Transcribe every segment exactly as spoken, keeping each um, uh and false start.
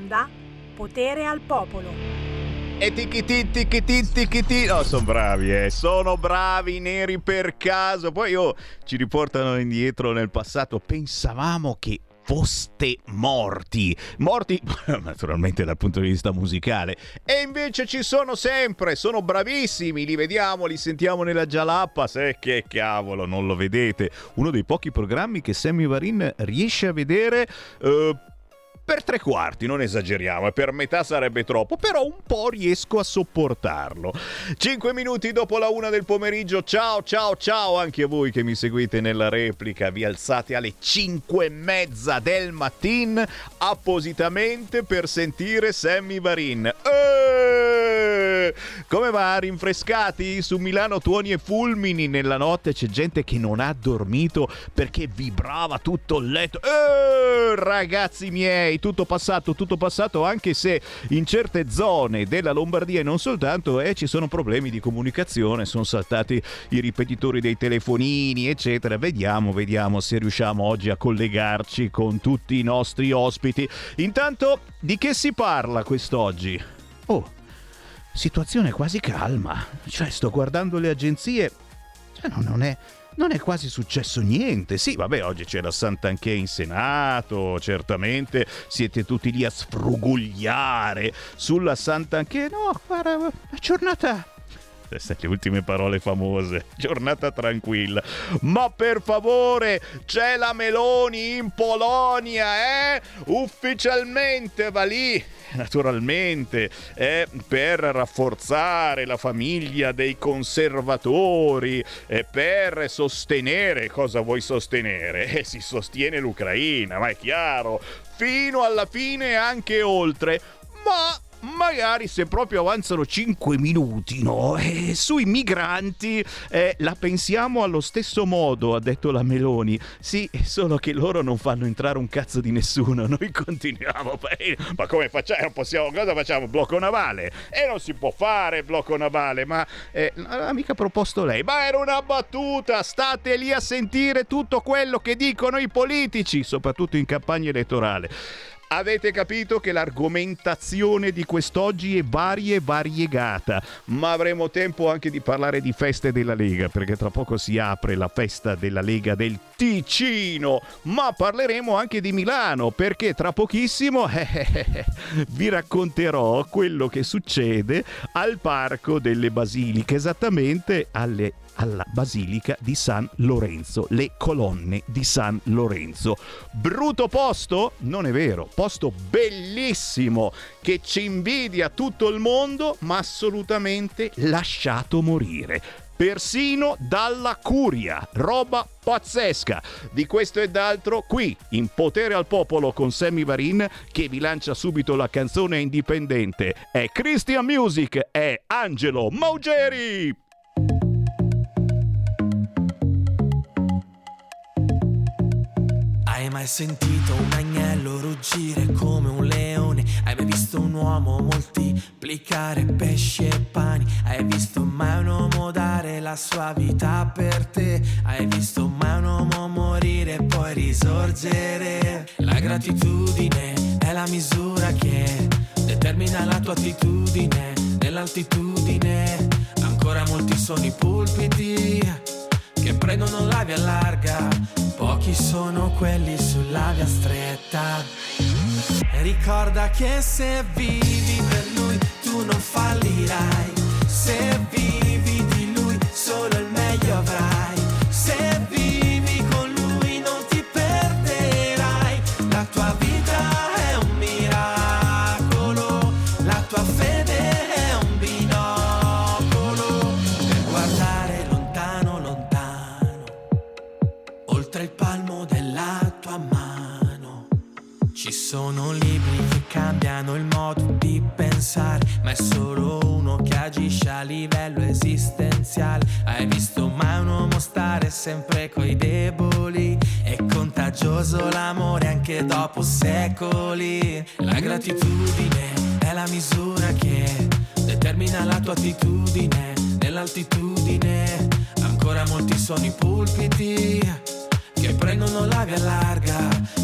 onda Potere al Popolo. E tichiti tichiti tichiti. No, sono bravi, eh. Sono bravi i neri per caso. Poi oh, ci riportano indietro nel passato. Pensavamo che foste morti. Morti naturalmente dal punto di vista musicale. E invece ci sono sempre. Sono bravissimi. Li vediamo, li sentiamo nella Jalapas. E che cavolo, non lo vedete. Uno dei pochi programmi che Sammy Varin riesce a vedere Uh, per tre quarti, non esageriamo, e per metà sarebbe troppo, però un po' riesco a sopportarlo. Cinque minuti dopo la una del pomeriggio, ciao ciao ciao anche a voi che mi seguite nella replica, vi alzate alle cinque e mezza del mattino appositamente per sentire Sammy Varin. Eeeh! Come va? Rinfrescati? Su Milano tuoni e fulmini nella notte, c'è gente che non ha dormito perché vibrava tutto il letto. Eeeh! Ragazzi miei, tutto passato, tutto passato, anche se in certe zone della Lombardia e non soltanto eh, ci sono problemi di comunicazione, sono saltati i ripetitori dei telefonini eccetera. Vediamo, vediamo se riusciamo oggi a collegarci con tutti i nostri ospiti. Intanto di che si parla quest'oggi? Oh, situazione quasi calma, cioè sto guardando le agenzie, cioè no, non è Non è quasi successo niente. Sì, vabbè, oggi c'era Santanchè in Senato, certamente siete tutti lì a sfrugugliare sulla Santanchè. No, guarda, una giornata... Queste le ultime parole famose. Giornata tranquilla. Ma per favore, c'è la Meloni in Polonia, eh? Ufficialmente va lì, naturalmente, eh, per rafforzare la famiglia dei conservatori e per sostenere, cosa vuoi sostenere? Eh, si sostiene l'Ucraina, ma è chiaro, fino alla fine e anche oltre, ma magari se proprio avanzano cinque minuti, no? E sui migranti eh, la pensiamo allo stesso modo, ha detto la Meloni. Sì, solo che loro non fanno entrare un cazzo di nessuno, noi continuiamo. Ma come facciamo? Possiamo, cosa facciamo? Blocco navale? E non si può fare blocco navale, ma eh, l'ha mica proposto lei. Ma era una battuta, state lì a sentire tutto quello che dicono i politici, soprattutto in campagna elettorale. Avete capito che l'argomentazione di quest'oggi è varia e variegata, ma avremo tempo anche di parlare di feste della Lega, perché tra poco si apre la festa della Lega del Ticino, ma parleremo anche di Milano, perché tra pochissimo eh, eh, eh, vi racconterò quello che succede al Parco delle Basiliche, esattamente alle alla Basilica di San Lorenzo, le colonne di San Lorenzo. Brutto posto? Non è vero, posto bellissimo che ci invidia tutto il mondo, ma assolutamente lasciato morire. Persino dalla curia, roba pazzesca. Di questo e d'altro qui, in Potere al Popolo con Sammy Varin, che vi lancia subito la canzone indipendente. È Christian Music, è Angelo Maugeri. Hai mai sentito un agnello ruggire come un leone? Hai mai visto un uomo moltiplicare pesci e pani? Hai visto mai un uomo dare la sua vita per te? Hai visto mai un uomo morire e poi risorgere? La gratitudine è la misura che determina la tua attitudine nell'altitudine. Ancora molti sono i pulpiti che prendono la via larga, pochi sono quelli sulla via stretta. E ricorda che se vivi per lui tu non fallirai, se vivi di lui solo il meglio avrai, se vivi con lui non ti perderai. La tua vita è un miracolo, la tua fede è un binocolo per guardare lontano lontano, oltre il palmo della tua mano. Ci sono libri che cambiano il modo di pensare, ma è solo uno che agisce a livello esistenziale. Hai visto mai un uomo stare sempre coi deboli? È contagioso l'amore anche dopo secoli. La gratitudine è la misura che determina la tua attitudine nell'altitudine. Ancora molti sono i pulpiti che prendono la via larga, pochi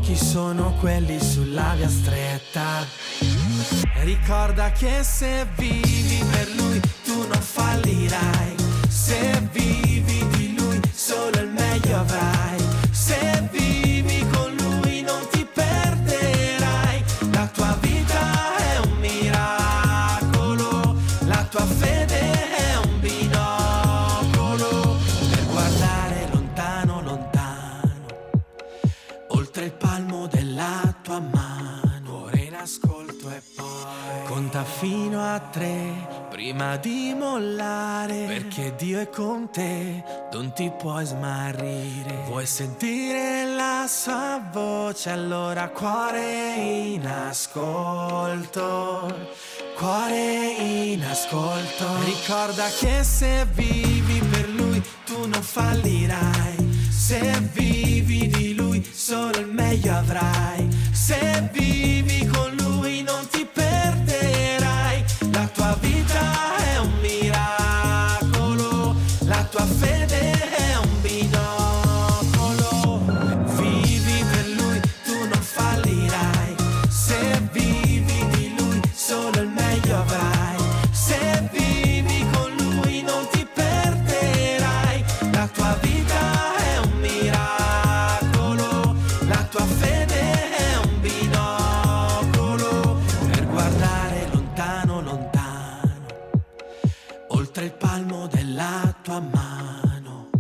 chi sono quelli sulla via stretta. Ricorda che se vivi per lui tu non fallirai. Se vivi di lui solo il meglio avrai. Se vivi con lui non ti perderai. La tua vita è un miracolo, la tua fede è un binocolo per guardare lontano, lontano, oltre il palmo della tua mano. Ora in ascolto e poi conta fino a tre prima di mollare, perché Dio è con te, non ti puoi smarrire. Vuoi sentire la sua voce, allora cuore in ascolto, cuore in ascolto. Ricorda che se vivi per lui tu non fallirai. Se vivi di lui solo il meglio avrai. Se vivi con lui non ti perderai. La tua vita è un miracolo, la tua fede è un binocolo. Vivi per lui, tu non fallirai. Se vivi di lui, solo il meglio avrai. Se vivi con lui non ti perderai. La tua vita è un miracolo, la tua fede è un binocolo per guardare lontano, lontano, oltre il palmo della tua mano.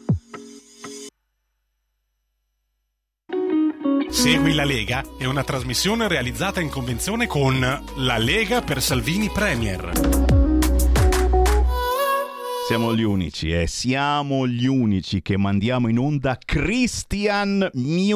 Segui la Lega è una trasmissione realizzata in convenzione con La Lega per Salvini Premier. Siamo gli unici, eh, siamo gli unici che mandiamo in onda Christian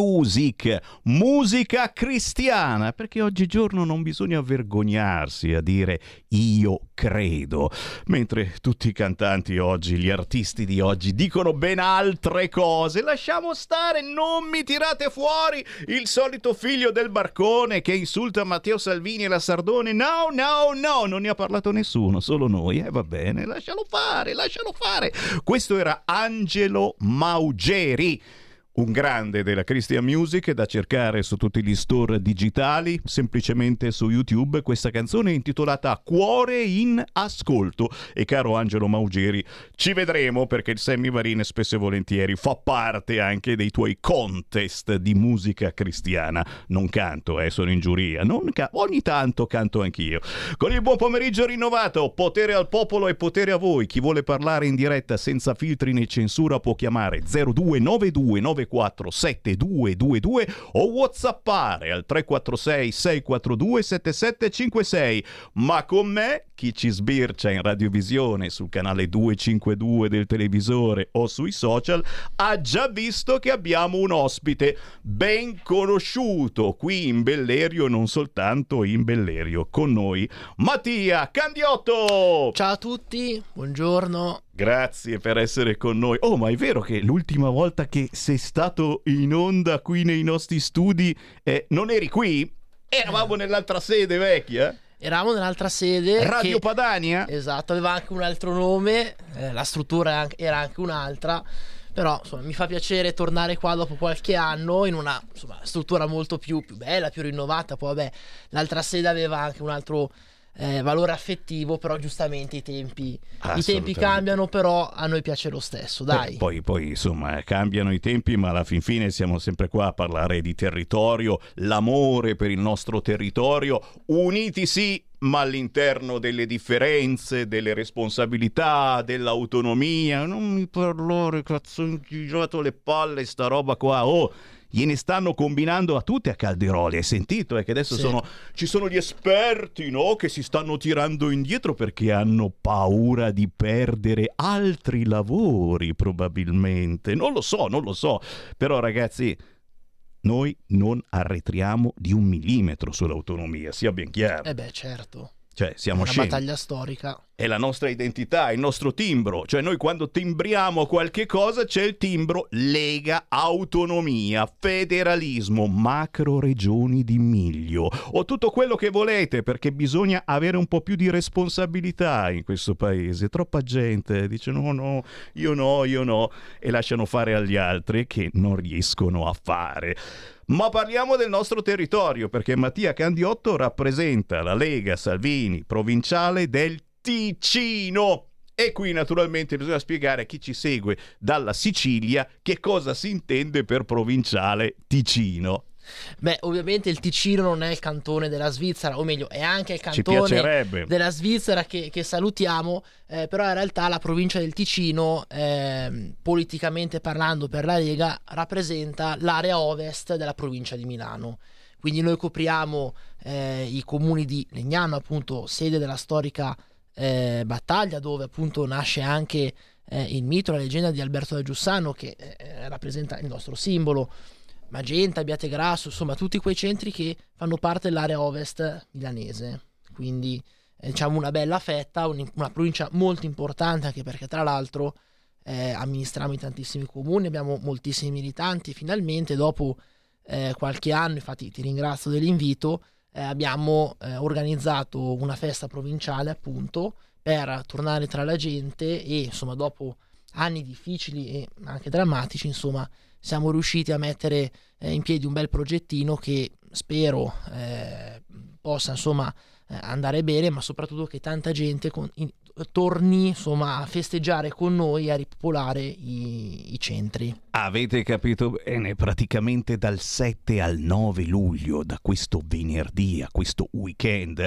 Music, musica cristiana, perché oggigiorno non bisogna vergognarsi a dire io credo, mentre tutti i cantanti oggi, gli artisti di oggi dicono ben altre cose. Lasciamo stare, non mi tirate fuori il solito figlio del barcone che insulta Matteo Salvini e la Sardone. No, no, no, non ne ha parlato nessuno, solo noi, eh, va bene, lascialo fare, lascialo fare. Questo era Angelo Maugeri, un grande della Christian Music, da cercare su tutti gli store digitali, semplicemente su YouTube. Questa canzone è intitolata Cuore in ascolto. E caro Angelo Maugeri, ci vedremo, perché il Sammy Varin spesso e volentieri fa parte anche dei tuoi contest di musica cristiana. Non canto, eh, sono in giuria, non ca- ogni tanto canto anch'io. Con il buon pomeriggio rinnovato, potere al popolo e potere a voi. Chi vuole parlare in diretta senza filtri né censura può chiamare zero due nove due nove quattro sette due due due o whatsappare al tre quattro sei sei quattro due sette sette cinque sei. Ma con me, chi ci sbircia in radiovisione sul canale duecentocinquantadue del televisore o sui social ha già visto che abbiamo un ospite ben conosciuto qui in Bellerio, non soltanto in Bellerio. Con noi Mattia Candiotto. Ciao a tutti, buongiorno. Grazie per essere con noi. Oh, ma è vero che l'ultima volta che sei stato in onda qui nei nostri studi eh, non eri qui? Eravamo nell'altra sede vecchia? Eravamo nell'altra sede. Radio che, Padania? Esatto, aveva anche un altro nome, eh, la struttura era anche un'altra, però insomma mi fa piacere tornare qua dopo qualche anno in una insomma, struttura molto più, più bella, più rinnovata. Poi vabbè, l'altra sede aveva anche un altro Eh, valore affettivo, però giustamente i tempi i tempi cambiano, però a noi piace lo stesso, dai. Eh, poi, poi insomma cambiano i tempi, ma alla fin fine siamo sempre qua a parlare di territorio, l'amore per il nostro territorio, uniti sì, ma all'interno delle differenze, delle responsabilità, dell'autonomia. Non mi parlare, cazzo, ho girato le palle sta roba qua, oh. Gliene stanno combinando a tutte a Calderoli, hai sentito? È che adesso sì. sono, ci sono gli esperti, no? Che si stanno tirando indietro perché hanno paura di perdere altri lavori, probabilmente. Non lo so, non lo so. Però ragazzi, noi non arretriamo di un millimetro sull'autonomia, sia ben chiaro. Eh beh, certo. Cioè, siamo una scemi. battaglia storica. è la nostra identità, il nostro timbro, cioè noi quando timbriamo qualche cosa c'è il timbro Lega, autonomia, federalismo, macro regioni di miglio o tutto quello che volete, perché bisogna avere un po' più di responsabilità in questo paese. Troppa gente dice no no, io no, io no e lasciano fare agli altri che non riescono a fare. Ma parliamo del nostro territorio, perché Mattia Candiotto rappresenta la Lega Salvini provinciale del Ticino. E qui naturalmente bisogna spiegare a chi ci segue dalla Sicilia che cosa si intende per provinciale Ticino. Beh, ovviamente il Ticino non è il cantone della Svizzera, o meglio, è anche il Ci cantone piacerebbe. della Svizzera che, che salutiamo, eh, però in realtà la provincia del Ticino, eh, politicamente parlando per la Lega, rappresenta l'area ovest della provincia di Milano. Quindi noi copriamo eh, i comuni di Legnano, appunto sede della storica eh, battaglia, dove appunto nasce anche eh, il mito, la leggenda di Alberto da Giussano, che eh, rappresenta il nostro simbolo. Magenta, Abbiategrasso, insomma tutti quei centri che fanno parte dell'area ovest milanese, quindi eh, diciamo una bella fetta, un, una provincia molto importante, anche perché tra l'altro eh, amministriamo in tantissimi comuni, abbiamo moltissimi militanti. Finalmente dopo eh, qualche anno, infatti ti ringrazio dell'invito, eh, abbiamo eh, organizzato una festa provinciale appunto per tornare tra la gente e insomma dopo anni difficili e anche drammatici, insomma siamo riusciti a mettere eh, in piedi un bel progettino che spero eh, possa insomma eh, andare bene, ma soprattutto che tanta gente con, in, torni insomma a festeggiare con noi e a ripopolare i, i centri. Avete capito bene, praticamente dal sette al nove luglio, da questo venerdì a questo weekend,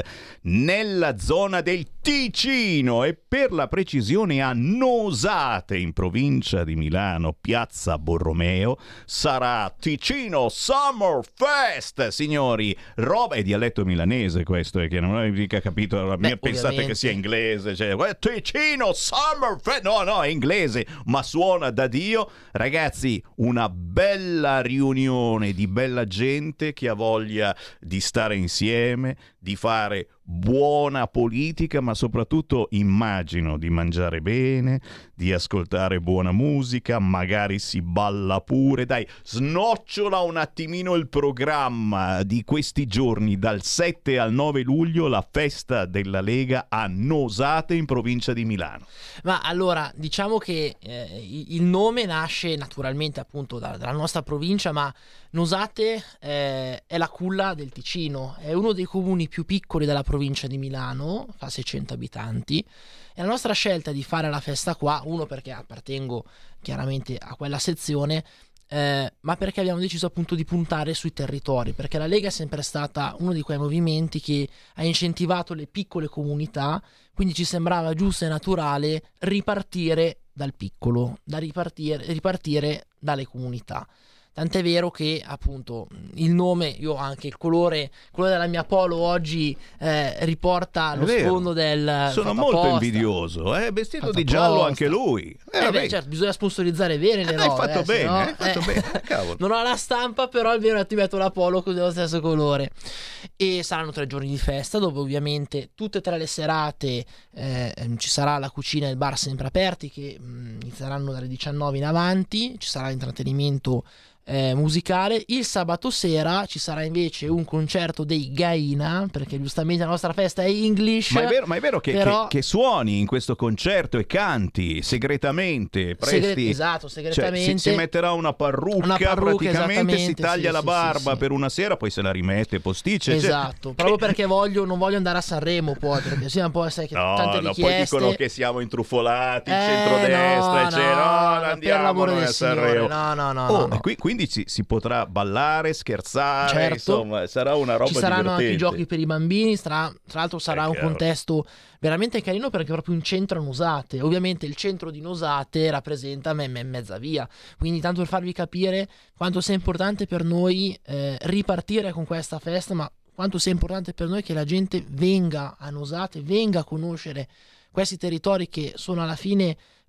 nella zona del Ticino e per la precisione a Nosate, in provincia di Milano, piazza Borromeo, sarà Ticino Summer Fest, signori. Roba è dialetto milanese questo, è che non avete mica capito, la mia, Beh, pensate ovviamente. che sia inglese, cioè Ticino Summer Fest, no no, è inglese, ma suona da Dio. Ragazzi, una bella riunione di bella gente che ha voglia di stare insieme, di fare buona politica, ma soprattutto immagino di mangiare bene, di ascoltare buona musica, magari si balla pure. Dai, snocciola un attimino il programma di questi giorni, dal sette al nove luglio, la festa della Lega a Nosate in provincia di Milano. Ma allora diciamo che eh, il nome nasce naturalmente appunto da, dalla nostra provincia, ma Nosate eh, è la culla del Ticino, è uno dei comuni più piccoli della provincia di Milano, fa seicento abitanti, e la nostra scelta di fare la festa qua, uno perché appartengo chiaramente a quella sezione, eh, ma perché abbiamo deciso appunto di puntare sui territori, perché la Lega è sempre stata uno di quei movimenti che ha incentivato le piccole comunità, quindi ci sembrava giusto e naturale ripartire dal piccolo, da ripartire, ripartire dalle comunità. Tant'è vero che appunto il nome, io anche il colore, quello della mia polo oggi eh, riporta lo sfondo del... Sono molto apposta. invidioso, è eh? vestito Fatto di giallo apposta. anche lui. Eh, eh beh, certo, bisogna sponsorizzare bene le eh, robe. Hai fatto eh, bene, no, hai fatto eh, bene, cavolo. Non ho la stampa, però almeno ti metto la polo con dello stesso colore. E saranno tre giorni di festa, dove ovviamente tutte e tre le serate eh, ci sarà la cucina e il bar sempre aperti, che mh, inizieranno dalle diciannove in avanti, ci sarà intrattenimento Eh, musicale. Il sabato sera ci sarà invece un concerto dei Gaina, perché giustamente la nostra festa è English. Ma è vero, ma è vero che, però... che, che suoni in questo concerto e canti segretamente, presti, Segre... esatto, segretamente. Cioè, si, si metterà una parrucca, una parrucca, praticamente si taglia sì, la sì, barba sì, per sì. una sera, poi se la rimette posticcia. Esatto, cioè... proprio perché voglio, non voglio andare a Sanremo poi, perché sì, un po' sai che no, tante no, richieste. poi dicono che siamo intrufolati, il eh, centrodestra, no, cioè, no, no, per andiamo l'amore noi del a Signore, Sanremo. no, no, no, oh, no, no. E qui, quindi si, si potrà ballare, scherzare, certo. insomma, sarà una roba Ci saranno divertente. anche i giochi per i bambini, tra, tra l'altro sarà Eh, un chiaro. contesto veramente carino, perché proprio in centro a Nosate, ovviamente il centro di Nosate rappresenta me, me mezza via, quindi tanto per farvi capire quanto sia importante per noi eh, ripartire con questa festa, ma quanto sia importante per noi che la gente venga a Nosate, venga a conoscere questi territori che sono alla fine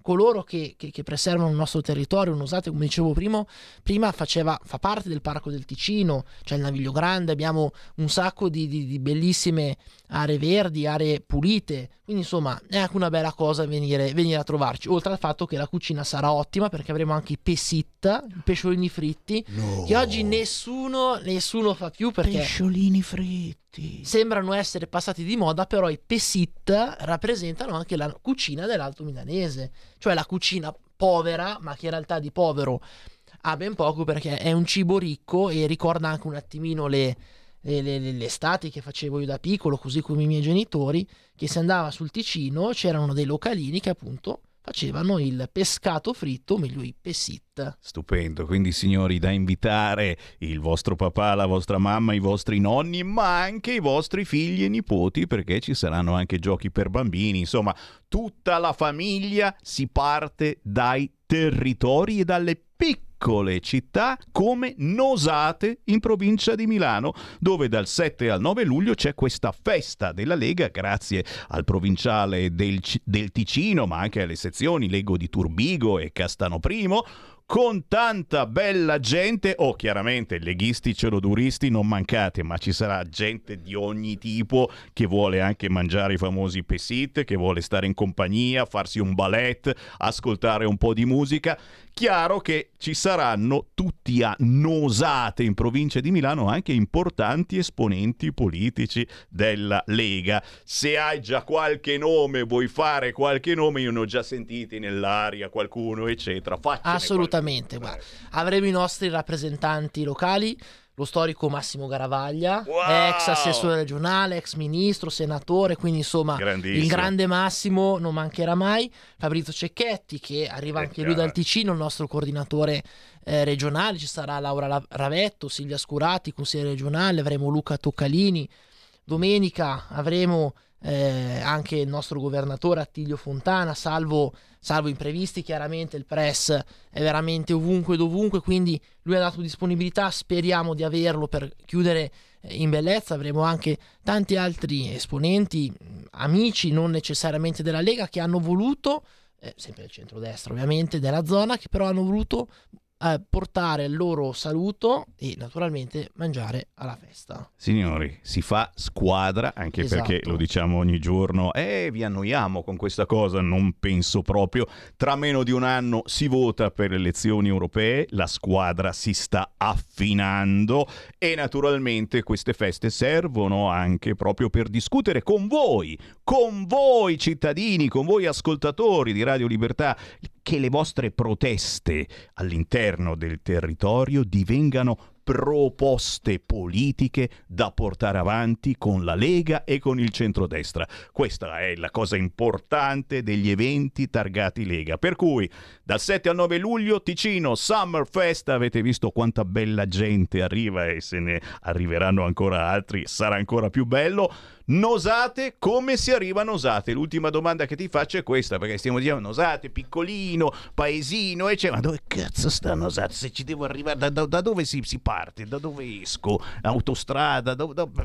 coloro che, che, che preservano il nostro territorio. Nusate, come dicevo prima, prima faceva, fa parte del Parco del Ticino, c'è il Naviglio Grande, abbiamo un sacco di, di, di bellissime aree verdi, aree pulite, quindi insomma è anche una bella cosa venire, venire a trovarci, oltre al fatto che la cucina sarà ottima perché avremo anche i pescitta, i pesciolini fritti, No. che oggi nessuno, nessuno fa più perché Pesciolini fritti. sembrano essere passati di moda, però i pescitta rappresentano anche la cucina dell'Alto Milanese, cioè la cucina povera, ma che in realtà di povero ha ben poco perché è un cibo ricco e ricorda anche un attimino le, le, le, le, le estati che facevo io da piccolo, così come i miei genitori, che si andava sul Ticino, c'erano dei localini che appunto facevano il pescato fritto, o meglio i pescitta. Stupendo, quindi signori, da invitare il vostro papà, la vostra mamma, i vostri nonni, ma anche i vostri figli e nipoti, perché ci saranno anche giochi per bambini, insomma tutta la famiglia. Si parte dai territori e dalle piccole città come Nosate in provincia di Milano, dove dal sette al nove luglio c'è questa festa della Lega grazie al provinciale del, del Ticino, ma anche alle sezioni leggo di Turbigo e Castano Primo, con tanta bella gente. Oh, chiaramente leghisti, celoduristi non mancate, ma ci sarà gente di ogni tipo che vuole anche mangiare i famosi pessit, che vuole stare in compagnia, farsi un ballet, ascoltare un po' di musica. Chiaro che ci saranno tutti a Nosate in provincia di Milano anche importanti esponenti politici della Lega. Se hai già qualche nome, vuoi fare qualche nome, io ne ho già sentiti nell'aria, qualcuno eccetera. Faccene Assolutamente, qualcuno. guarda. Avremo i nostri rappresentanti locali, lo storico Massimo Garavaglia, Wow! ex assessore regionale, ex ministro, senatore, quindi insomma Grandissimo. il grande Massimo non mancherà mai. Fabrizio Cecchetti, che arriva Eh, anche lui chiaro. dal Ticino, il nostro coordinatore eh, regionale. Ci sarà Laura La- Ravetto, Silvia Scurati, consigliere regionale, avremo Luca Toccalini. Domenica avremo eh, anche il nostro governatore Attilio Fontana, salvo, salvo imprevisti. Chiaramente il press è veramente ovunque e dovunque, quindi lui ha dato disponibilità, speriamo di averlo per chiudere eh, in bellezza. Avremo anche tanti altri esponenti, mh, amici non necessariamente della Lega, che hanno voluto, eh, sempre del centrodestra ovviamente, della zona, che però hanno voluto eh, portare il loro saluto e naturalmente mangiare alla festa. Signori, si fa squadra, anche Esatto. perché lo diciamo ogni giorno, eh, vi annoiamo con questa cosa, non penso proprio. Tra meno di un anno si vota per le elezioni europee, la squadra si sta affinando e naturalmente queste feste servono anche proprio per discutere con voi, con voi cittadini, con voi ascoltatori di Radio Libertà, che le vostre proteste all'interno del territorio divengano proposte politiche da portare avanti con la Lega e con il centrodestra. Questa è la cosa importante degli eventi targati Lega. Per cui dal sette al nove luglio Ticino Summer Fest, avete visto quanta bella gente arriva e se ne arriveranno ancora altri, sarà ancora più bello. Nosate, come si arriva a Nosate? L'ultima domanda che ti faccio è questa, perché stiamo dicendo Nosate, piccolino, paesino, e c'è, ma dove cazzo sta Nosate? Se ci devo arrivare, da, da, da dove si, si parte? Da dove esco? Autostrada? Da, da...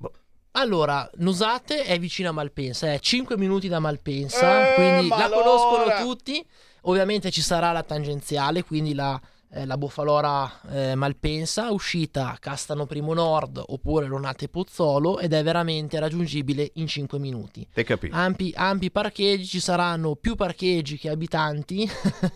Allora, Nosate è vicino a Malpensa, è cinque minuti da Malpensa, Eh, quindi ma la allora! conoscono tutti. Ovviamente ci sarà la tangenziale, quindi la, eh, la Bofalora eh, Malpensa, uscita Castano Primo Nord oppure Lonate Pozzolo, ed è veramente raggiungibile in cinque minuti. Te capito? Ampi, ampi parcheggi, ci saranno più parcheggi che abitanti,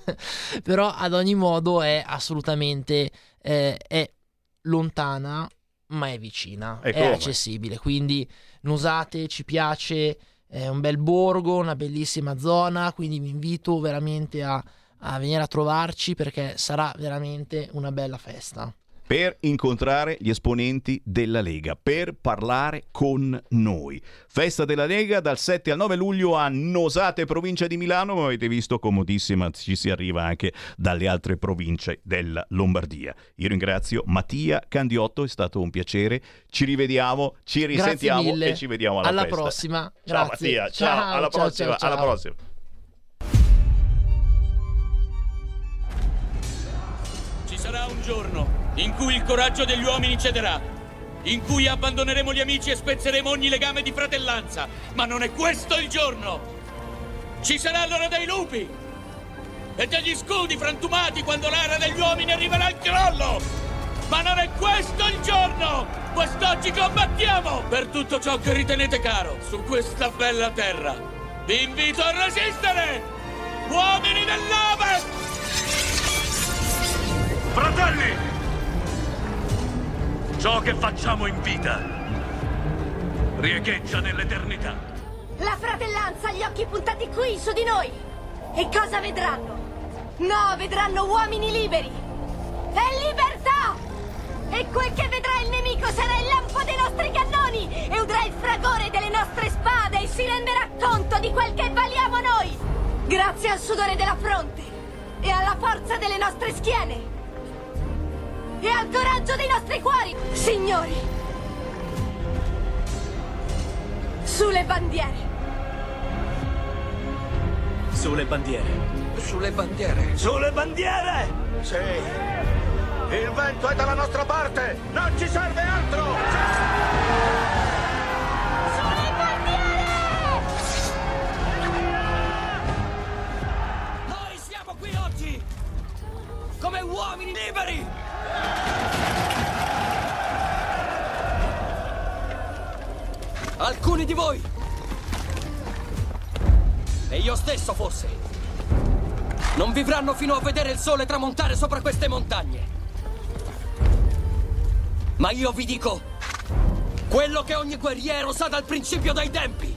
però ad ogni modo è assolutamente eh, è lontana, ma è vicina, E è come? accessibile. Quindi Nosate ci piace, è un bel borgo, una bellissima zona, quindi vi invito veramente a, a venire a trovarci, perché sarà veramente una bella festa. Per incontrare gli esponenti della Lega, per parlare con noi. Festa della Lega dal sette al nove luglio a Nosate, provincia di Milano, ma avete visto, comodissima, ci si arriva anche dalle altre province della Lombardia. Io ringrazio Mattia Candiotto, è stato un piacere, ci rivediamo, ci risentiamo Grazie mille. e ci vediamo alla, alla festa. prossima. Ciao Grazie. Mattia, ciao, alla ciao, prossima, ciao, ciao. alla prossima. Ci sarà un giorno in cui il coraggio degli uomini cederà, in cui abbandoneremo gli amici e spezzeremo ogni legame di fratellanza, ma non è questo il giorno! Ci sarà l'ora dei lupi! e degli scudi frantumati quando l'era degli uomini arriverà al crollo. Ma non è questo il giorno! Quest'oggi combattiamo per tutto ciò che ritenete caro su questa bella terra. Vi invito a resistere! Uomini dell'Ovest! Fratelli! Ciò che facciamo in vita riecheggia nell'eternità. La fratellanza ha gli occhi puntati qui, su di noi. E cosa vedranno? No, vedranno uomini liberi. E libertà! E quel che vedrà il nemico sarà il lampo dei nostri cannoni e udrà il fragore delle nostre spade e si renderà conto di quel che valiamo noi. Grazie al sudore della fronte e alla forza delle nostre schiene e al coraggio dei nostri cuori, signori. Sulle bandiere. Sulle bandiere. Sulle bandiere. Sulle bandiere! Sì. Il vento è dalla nostra parte! Non ci serve altro! Sulle bandiere! Noi siamo qui oggi come uomini liberi! Alcuni di voi, e io stesso forse, non vivranno fino a vedere il sole tramontare sopra queste montagne. Ma io vi dico quello che ogni guerriero sa dal principio dei tempi.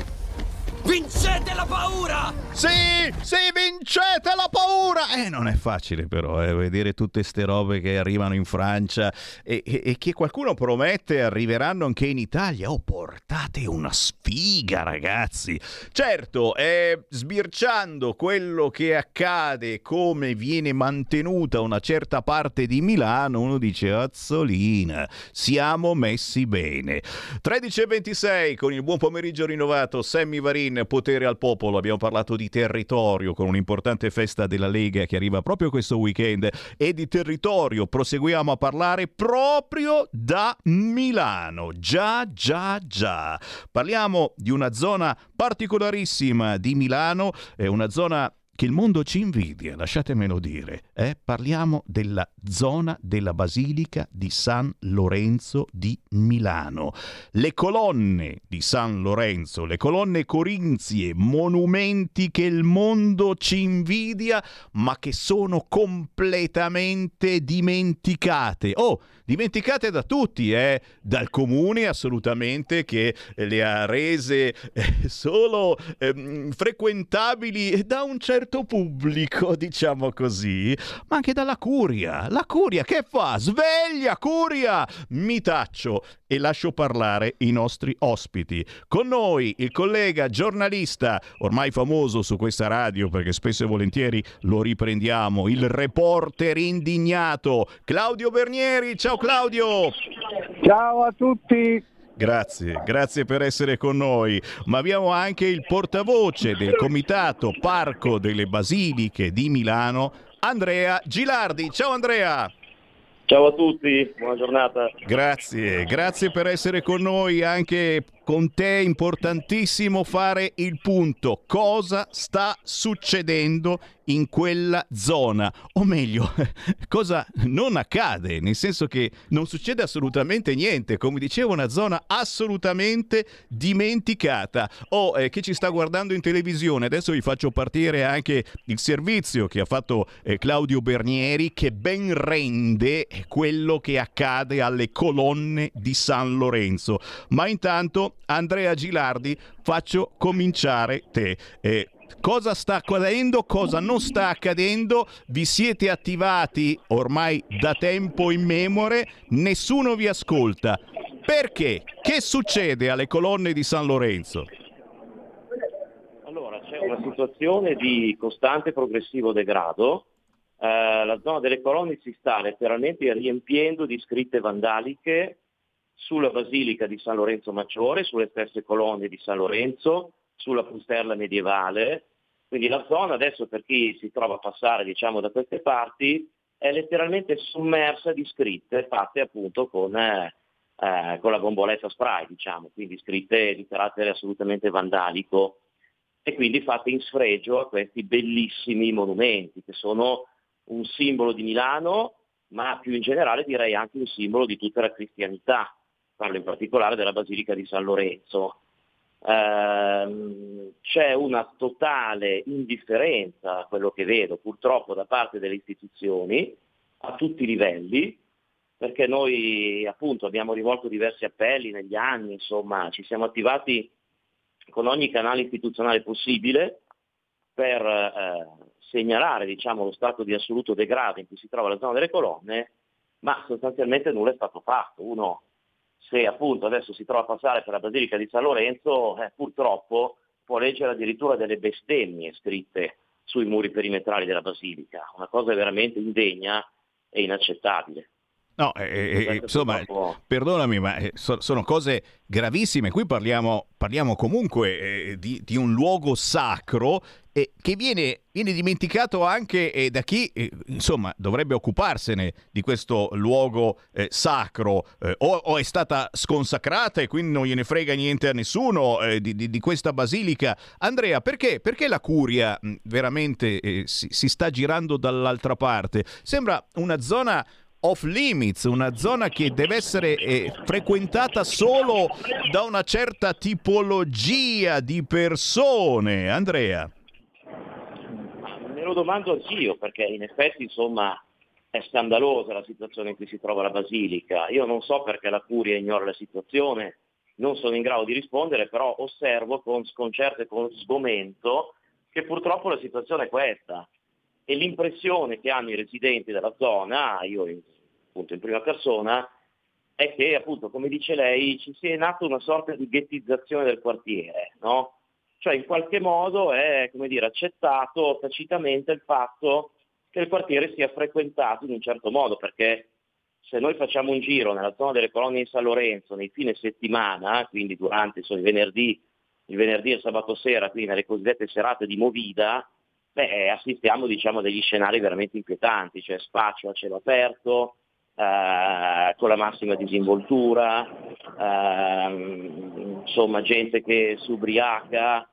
Vincete la paura! Sì, sì, vincete la paura! Eh, non è facile però, eh, vedere tutte ste robe che arrivano in Francia e, e, e che qualcuno promette arriveranno anche in Italia. Oh, portate una sfiga, ragazzi! Certo, eh, sbirciando quello che accade, come viene mantenuta una certa parte di Milano, uno dice, azzolina, siamo messi bene. tredici e ventisei con il buon pomeriggio rinnovato, Sammy Varin, potere al popolo. Abbiamo parlato di territorio con un'importante festa della Lega che arriva proprio questo weekend, e di territorio proseguiamo a parlare proprio da Milano. Già, già, già. Parliamo di una zona particolarissima di Milano, è una zona che il mondo ci invidia, lasciatemelo dire. Eh? Parliamo della zona della Basilica di San Lorenzo di Milano. Le colonne di San Lorenzo, le colonne corinzie, monumenti che il mondo ci invidia, ma che sono completamente dimenticate. Oh, dimenticate da tutti, eh? Dal comune assolutamente, che le ha rese eh, solo eh, frequentabili da un certo pubblico, diciamo così, ma anche dalla curia. La curia che fa? Sveglia, curia! Mi taccio e lascio parlare i nostri ospiti. Con noi il collega giornalista, ormai famoso su questa radio perché spesso e volentieri lo riprendiamo, il reporter indignato, Claudio Bernieri. Ciao Claudio! Ciao a tutti! Grazie, grazie per essere con noi. Ma abbiamo anche il portavoce del Comitato Parco delle Basiliche di Milano, Andrea Gilardi. Ciao Andrea! Ciao a tutti, buona giornata. Grazie, grazie per essere con noi. Anche con te è importantissimo fare il punto. Cosa sta succedendo in quella zona? O meglio, cosa non accade? Nel senso che non succede assolutamente niente. Come dicevo, una zona assolutamente dimenticata. Oh, eh, chi ci sta guardando in televisione, adesso vi faccio partire anche il servizio che ha fatto eh, Claudio Bernieri, che ben rende quello che accade alle colonne di San Lorenzo. Ma intanto, Andrea Gilardi, faccio cominciare te. Eh, cosa sta accadendo? Cosa non sta accadendo? Vi siete attivati ormai da tempo immemore, nessuno vi ascolta. Perché? Che succede alle colonne di San Lorenzo? Allora, c'è una situazione di costante e progressivo degrado. Eh, la zona delle colonne si sta letteralmente riempiendo di scritte vandaliche sulla Basilica di San Lorenzo Maggiore, sulle stesse colonne di San Lorenzo, sulla Pusterla medievale. Quindi la zona adesso, per chi si trova a passare, diciamo, da queste parti, è letteralmente sommersa di scritte fatte appunto con, eh, eh, con la bomboletta spray, diciamo, quindi scritte di carattere assolutamente vandalico. e quindi fatte in sfregio a questi bellissimi monumenti che sono un simbolo di Milano, ma più in generale direi anche un simbolo di tutta la cristianità. Parlo in particolare della Basilica di San Lorenzo. Ehm, c'è una totale indifferenza a quello che vedo purtroppo da parte delle istituzioni a tutti i livelli, perché noi appunto abbiamo rivolto diversi appelli negli anni, insomma ci siamo attivati con ogni canale istituzionale possibile per eh, segnalare diciamo, lo stato di assoluto degrado in cui si trova la zona delle colonne, ma sostanzialmente nulla è stato fatto. Uno, se appunto adesso si trova a passare per la Basilica di San Lorenzo, eh, purtroppo può leggere addirittura delle bestemmie scritte sui muri perimetrali della Basilica, una cosa veramente indegna e inaccettabile. No, eh, eh, insomma, perdonami, ma eh, so, sono cose gravissime. Qui parliamo, parliamo comunque eh, di, di un luogo sacro eh, che viene, viene dimenticato anche eh, da chi, eh, insomma, dovrebbe occuparsene di questo luogo eh, sacro. Eh, o, o è stata sconsacrata e quindi non gliene frega niente a nessuno eh, di, di, di questa basilica. Andrea, perché, perché la curia mh, veramente eh, si, si sta girando dall'altra parte? Sembra una zona off limits, una zona che deve essere eh, frequentata solo da una certa tipologia di persone. Andrea? Me lo domando anch'io, perché in effetti insomma è scandalosa la situazione in cui si trova la Basilica. Io non so perché la Curia ignora la situazione, non sono in grado di rispondere, però osservo con sconcerto e con sgomento che purtroppo la situazione è questa. E l'impressione che hanno i residenti della zona, io in, appunto in prima persona, è che appunto, come dice lei, ci sia in atto una sorta di ghettizzazione del quartiere, no? Cioè in qualche modo è, come dire, accettato tacitamente il fatto che il quartiere sia frequentato in un certo modo, perché se noi facciamo un giro nella zona delle colonne di San Lorenzo nei fine settimana, quindi durante insomma, il venerdì, il venerdì e sabato sera, quindi nelle cosiddette serate di movida, beh, assistiamo diciamo degli scenari veramente inquietanti, cioè spaccio a cielo aperto, eh, con la massima disinvoltura, eh, insomma gente che si ubriaca,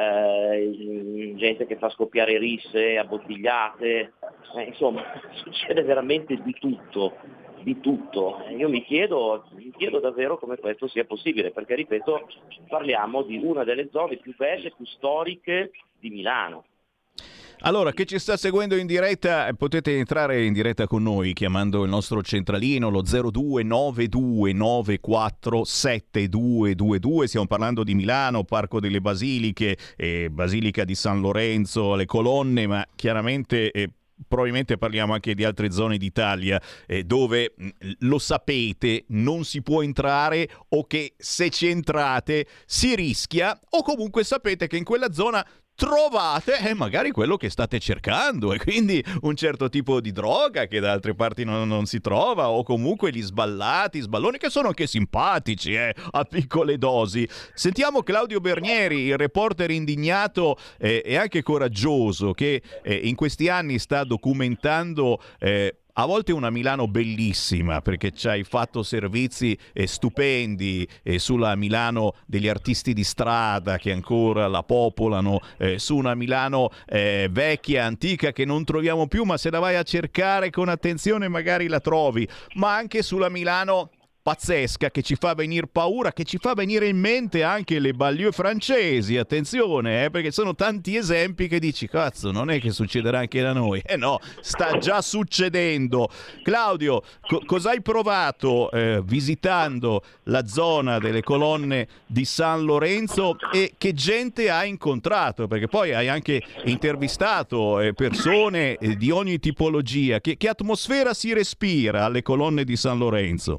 eh, gente che fa scoppiare risse abbottigliate, eh, insomma succede veramente di tutto, di tutto. Io mi chiedo, mi chiedo davvero come questo sia possibile, perché ripeto, parliamo di una delle zone più belle, più storiche di Milano. Allora, chi ci sta seguendo in diretta, potete entrare in diretta con noi chiamando il nostro centralino, lo zero due nove due nove quattro sette due due due. Stiamo parlando di Milano, Parco delle Basiliche, eh, Basilica di San Lorenzo, le colonne, ma chiaramente... Eh, probabilmente parliamo anche di altre zone d'Italia eh, dove, lo sapete, non si può entrare, o che se ci entrate si rischia, o comunque sapete che in quella zona trovate eh, magari quello che state cercando, e quindi un certo tipo di droga che da altre parti non, non si trova, o comunque gli sballati, sballoni che sono anche simpatici eh, a piccole dosi. Sentiamo Claudio Bernieri, il reporter indignato eh, e anche coraggioso, che eh, in questi anni sta documentando eh, a volte una Milano bellissima, perché ci hai fatto servizi eh, stupendi eh, sulla Milano degli artisti di strada che ancora la popolano, eh, su una Milano eh, vecchia, antica, che non troviamo più, ma se la vai a cercare con attenzione magari la trovi, ma anche sulla Milano pazzesca che ci fa venire paura, che ci fa venire in mente anche le banlieue francesi, attenzione, eh, perché sono tanti esempi che dici, cazzo, non è che succederà anche da noi. Eh no, sta già succedendo. Claudio, co- cosa hai provato eh, visitando la zona delle colonne di San Lorenzo, e che gente hai incontrato? Perché poi hai anche intervistato eh, persone eh, di ogni tipologia. Che, che atmosfera si respira alle colonne di San Lorenzo?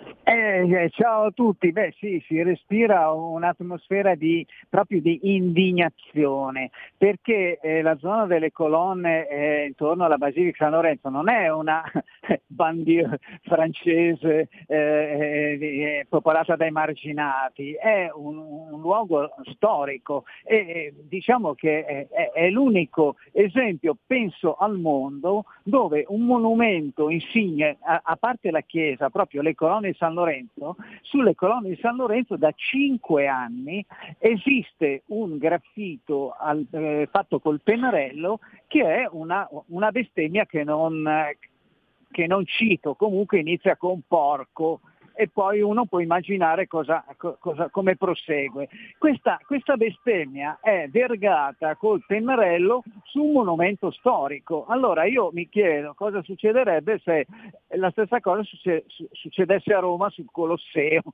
Eh, ciao a tutti, beh sì, si respira un'atmosfera di, proprio di indignazione, perché eh, la zona delle colonne eh, intorno alla Basilica San Lorenzo non è una banlieue francese eh, eh, popolata dai marginati, è un, un luogo storico e eh, diciamo che è, è, è l'unico esempio, penso, al mondo dove un monumento insigne, a, a parte la chiesa, proprio le colonne di San Lorenzo, Lorenzo, sulle colonne di San Lorenzo da cinque anni esiste un graffito al, eh, fatto col pennarello che è una, una bestemmia che non, che non cito, comunque inizia con porco e poi uno può immaginare cosa, cosa, come prosegue. Questa, questa bestemmia è vergata col pennarello su un monumento storico. Allora io mi chiedo cosa succederebbe se la stessa cosa succedesse a Roma sul Colosseo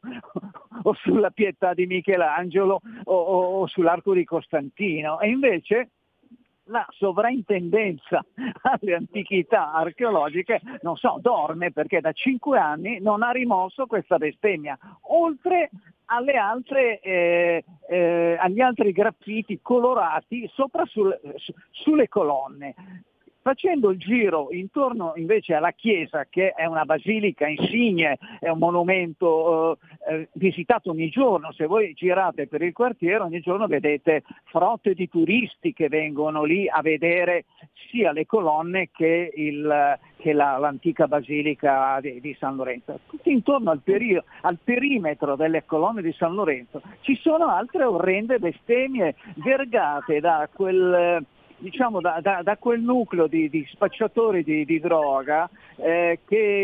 o sulla Pietà di Michelangelo o, o, o sull'Arco di Costantino, e invece la sovrintendenza alle antichità archeologiche, non so, dorme perché da cinque anni non ha rimosso questa bestemmia, oltre alle altre, eh, eh, agli altri graffiti colorati sopra sul, su, sulle colonne. Facendo il giro intorno invece alla chiesa, che è una basilica insigne, è un monumento eh, visitato ogni giorno, se voi girate per il quartiere ogni giorno vedete frotte di turisti che vengono lì a vedere sia le colonne che, il, che la, l'antica basilica di, di San Lorenzo. Tutto intorno al, peri- al perimetro delle colonne di San Lorenzo ci sono altre orrende bestemmie vergate da quel... diciamo da, da, da quel nucleo di, di spacciatori di, di droga eh,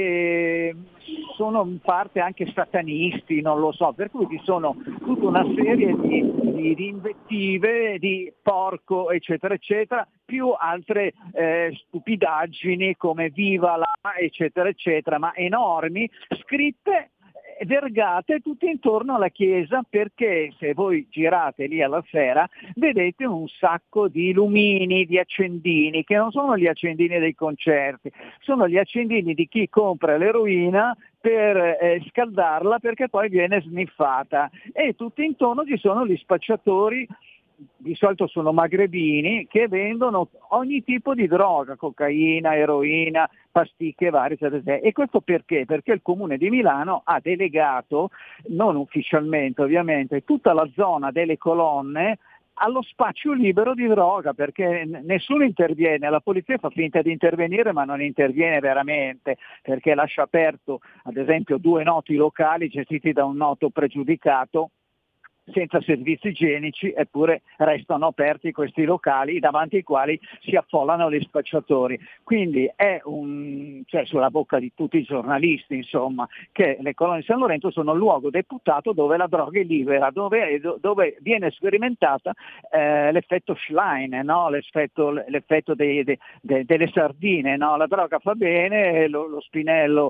che sono in parte anche satanisti, non lo so, per cui ci sono tutta una serie di, di, di invettive, di porco eccetera eccetera, più altre eh, stupidaggini come viva la eccetera eccetera, ma enormi, scritte vergate tutte intorno alla chiesa, perché se voi girate lì alla sera vedete un sacco di lumini, di accendini, che non sono gli accendini dei concerti, sono gli accendini di chi compra l'eroina per eh, scaldarla perché poi viene sniffata, e tutti intorno ci sono gli spacciatori, di solito sono magrebini, che vendono ogni tipo di droga, cocaina, eroina, pasticche varie, eccetera, eccetera. E questo perché? Perché il Comune di Milano ha delegato, non ufficialmente ovviamente, tutta la zona delle colonne allo spaccio libero di droga, perché nessuno interviene, la polizia fa finta di intervenire ma non interviene veramente, perché lascia aperto ad esempio due noti locali gestiti da un noto pregiudicato senza servizi igienici, eppure restano aperti questi locali davanti ai quali si affollano gli spacciatori. Quindi è un, cioè sulla bocca di tutti i giornalisti, insomma, che le colonne di San Lorenzo sono il luogo deputato dove la droga è libera, dove, dove viene sperimentata eh, l'effetto Schlein, no? l'effetto, l'effetto dei, de, de, delle sardine, no? La droga fa bene, lo, lo spinello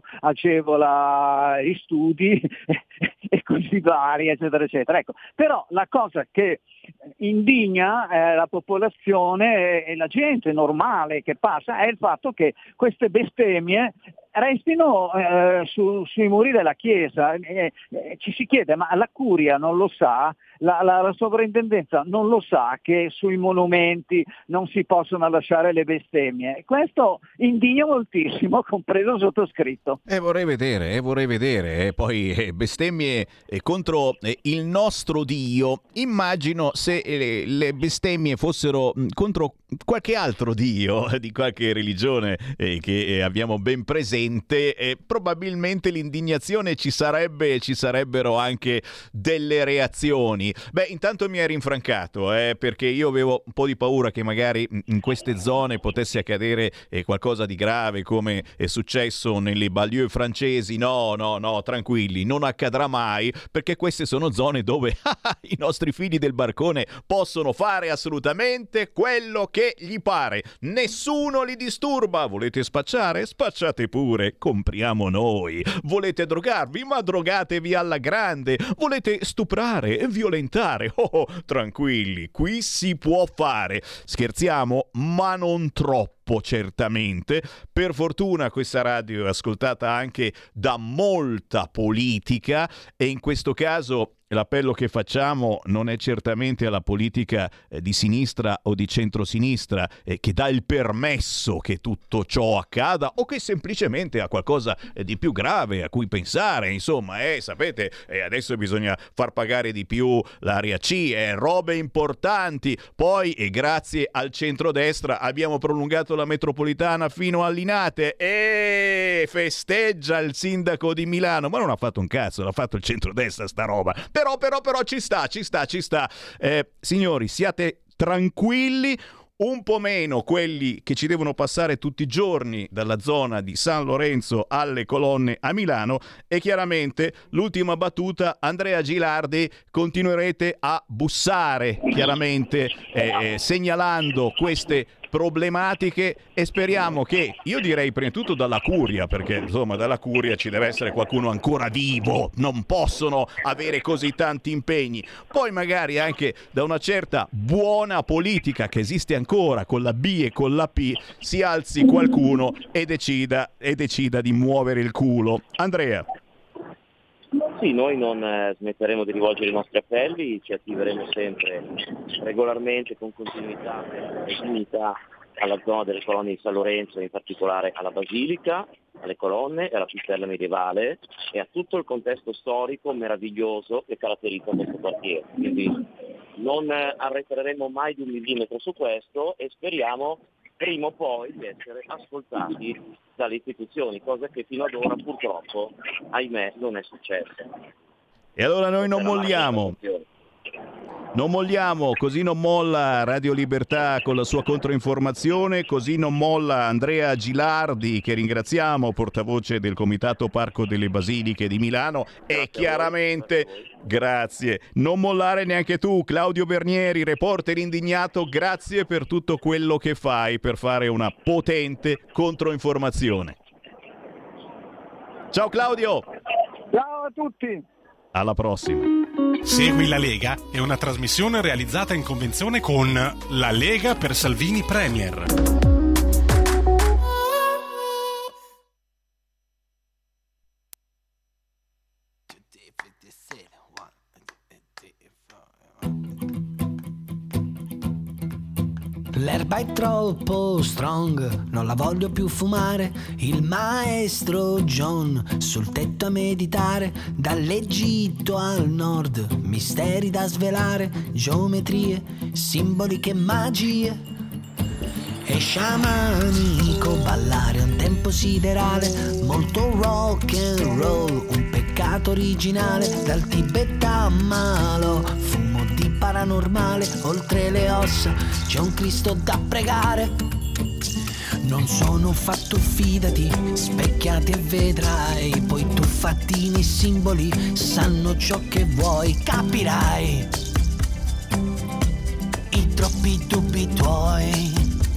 agevola gli studi e così vari, eccetera, eccetera. Ecco, però la cosa che indigna eh, la popolazione e la gente normale che passa è il fatto che queste bestemmie restino eh, su, sui muri della chiesa. Eh, eh, ci si chiede, ma la curia non lo sa, la, la, la sovrintendenza non lo sa che sui monumenti non si possono lasciare le bestemmie? Questo indigna moltissimo, compreso il sottoscritto. E eh, vorrei vedere, eh, vorrei vedere, eh, poi eh, bestemmie eh, contro eh, il nostro Dio. Immagino se eh, le bestemmie fossero mh, contro qualche altro Dio di qualche religione eh, che eh, abbiamo ben presente, eh, probabilmente l'indignazione ci sarebbe, ci sarebbero anche delle reazioni. Beh, intanto mi hai rinfrancato, eh, perché io avevo un po' di paura che magari in queste zone potesse accadere eh, qualcosa di grave come è successo nelle banlieue francesi. No, no, no, tranquilli, non accadrà mai, perché queste sono zone dove i nostri figli del barcone possono fare assolutamente quello che gli pare, nessuno li disturba. Volete spacciare? Spacciate pure, compriamo noi. Volete drogarvi? Ma drogatevi alla grande. Volete stuprare? Violentare? Oh, oh, tranquilli, qui si può fare. Scherziamo, ma non troppo, certamente. Per fortuna questa radio è ascoltata anche da molta politica, e in questo caso l'appello che facciamo non è certamente alla politica eh, di sinistra o di centrosinistra eh, che dà il permesso che tutto ciò accada, o che semplicemente ha qualcosa eh, di più grave a cui pensare, insomma, eh, sapete, eh, adesso bisogna far pagare di più l'area C, eh, robe importanti. Poi, e grazie al centrodestra, abbiamo prolungato la metropolitana fino a Linate e festeggia il sindaco di Milano, ma non ha fatto un cazzo, l'ha fatto il centrodestra sta roba. Però, però, però ci sta, ci sta, ci sta. Eh, signori, siate tranquilli. Un po' meno quelli che ci devono passare tutti i giorni dalla zona di San Lorenzo alle Colonne a Milano, e chiaramente l'ultima battuta, Andrea Gilardi, continuerete a bussare chiaramente eh, eh, segnalando queste problematiche, e speriamo che, io direi prima di tutto dalla Curia, perché insomma dalla Curia ci deve essere qualcuno ancora vivo, non possono avere così tanti impegni, poi magari anche da una certa buona politica che esiste ancora con la B e con la P, si alzi qualcuno e decida, e decida di muovere il culo. Andrea. Sì, noi non eh, smetteremo di rivolgere i nostri appelli, ci attiveremo sempre regolarmente con continuità per dare dignità alla zona delle colonne di San Lorenzo, in particolare alla Basilica, alle colonne e alla cisterna medievale e a tutto il contesto storico meraviglioso che caratterizza questo quartiere. Quindi non eh, arretreremo mai di un millimetro su questo e speriamo prima o poi di essere ascoltati dalle istituzioni, cosa che fino ad ora purtroppo, ahimè, non è successa. E allora noi non molliamo. Non molliamo, così non molla Radio Libertà con la sua controinformazione, così non molla Andrea Gilardi, che ringraziamo, portavoce del Comitato Parco delle Basiliche di Milano, grazie, e chiaramente, grazie, non mollare neanche tu, Claudio Bernieri, reporter indignato, grazie per tutto quello che fai per fare una potente controinformazione. Ciao Claudio! Ciao a tutti! Alla prossima. Segui la Lega è una trasmissione realizzata in convenzione con La Lega per Salvini Premier. L'erba è troppo strong, non la voglio più fumare. Il maestro John sul tetto a meditare. Dall'Egitto al nord, misteri da svelare, geometrie, simboli che magie. E sciamanico ballare, un tempo siderale, molto rock and roll, un peccato originale. Dal Tibet a Malo, fumo di paranormale, oltre le ossa c'è un Cristo da pregare. Non sono fatto, fidati, specchiati e vedrai, poi tu fattini simboli sanno ciò che vuoi, capirai i troppi dubbi tuoi.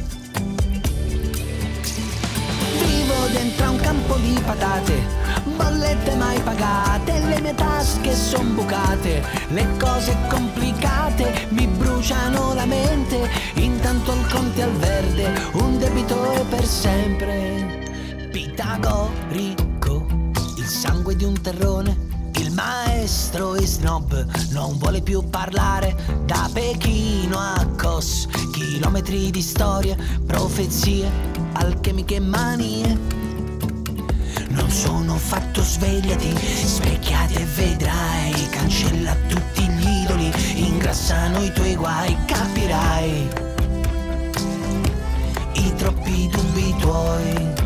Vivo dentro un campo di patate, bollette mai pagate, le mie tasche son bucate, le cose complicate mi bruciano la mente, intanto il conte al verde, un debito è per sempre. Pitagorico, il sangue di un terrone, il maestro è snob, non vuole più parlare. Da Pechino a Kos, chilometri di storie, profezie, alchemiche manie. Non sono fatto, svegliati, specchiati e vedrai, cancella tutti gli idoli, ingrassano i tuoi guai, capirai i troppi dubbi tuoi.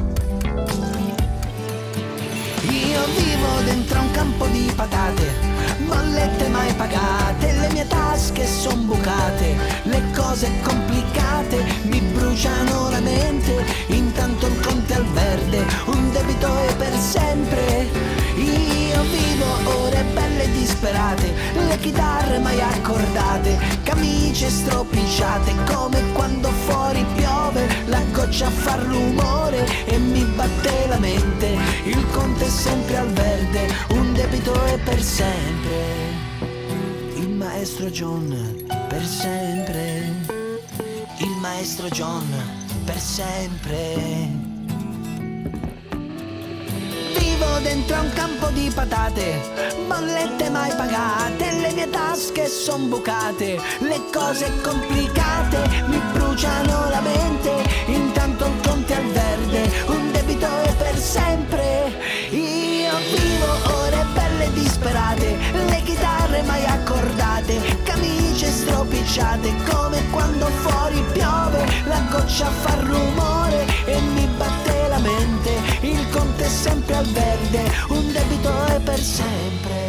Io vivo dentro un campo di patate, bollette mai pagate, le mie tasche son bucate, le cose complicate mi bruciano la mente, intanto il conte al verde, un debito è per sempre. Io vivo ore belle e disperate, le chitarre mai accordate, camicie stropicciate, come quando fuori piove, la goccia fa rumore e mi batte la mente, il conte è sempre al verde, un debito è per sempre. Il maestro John per sempre, il maestro John per sempre. Vivo dentro a un campo di patate, bollette mai pagate, le mie tasche son bucate, le cose complicate mi bruciano la mente, intanto il conto è al verde, un debito è per sempre. Io vivo ore belle e disperate, le chitarre mai accordate, camicie stropicciate, come quando fuori piove, la goccia fa rumore e mi batte la mente, il conto è sempre al verde, un debito è per sempre.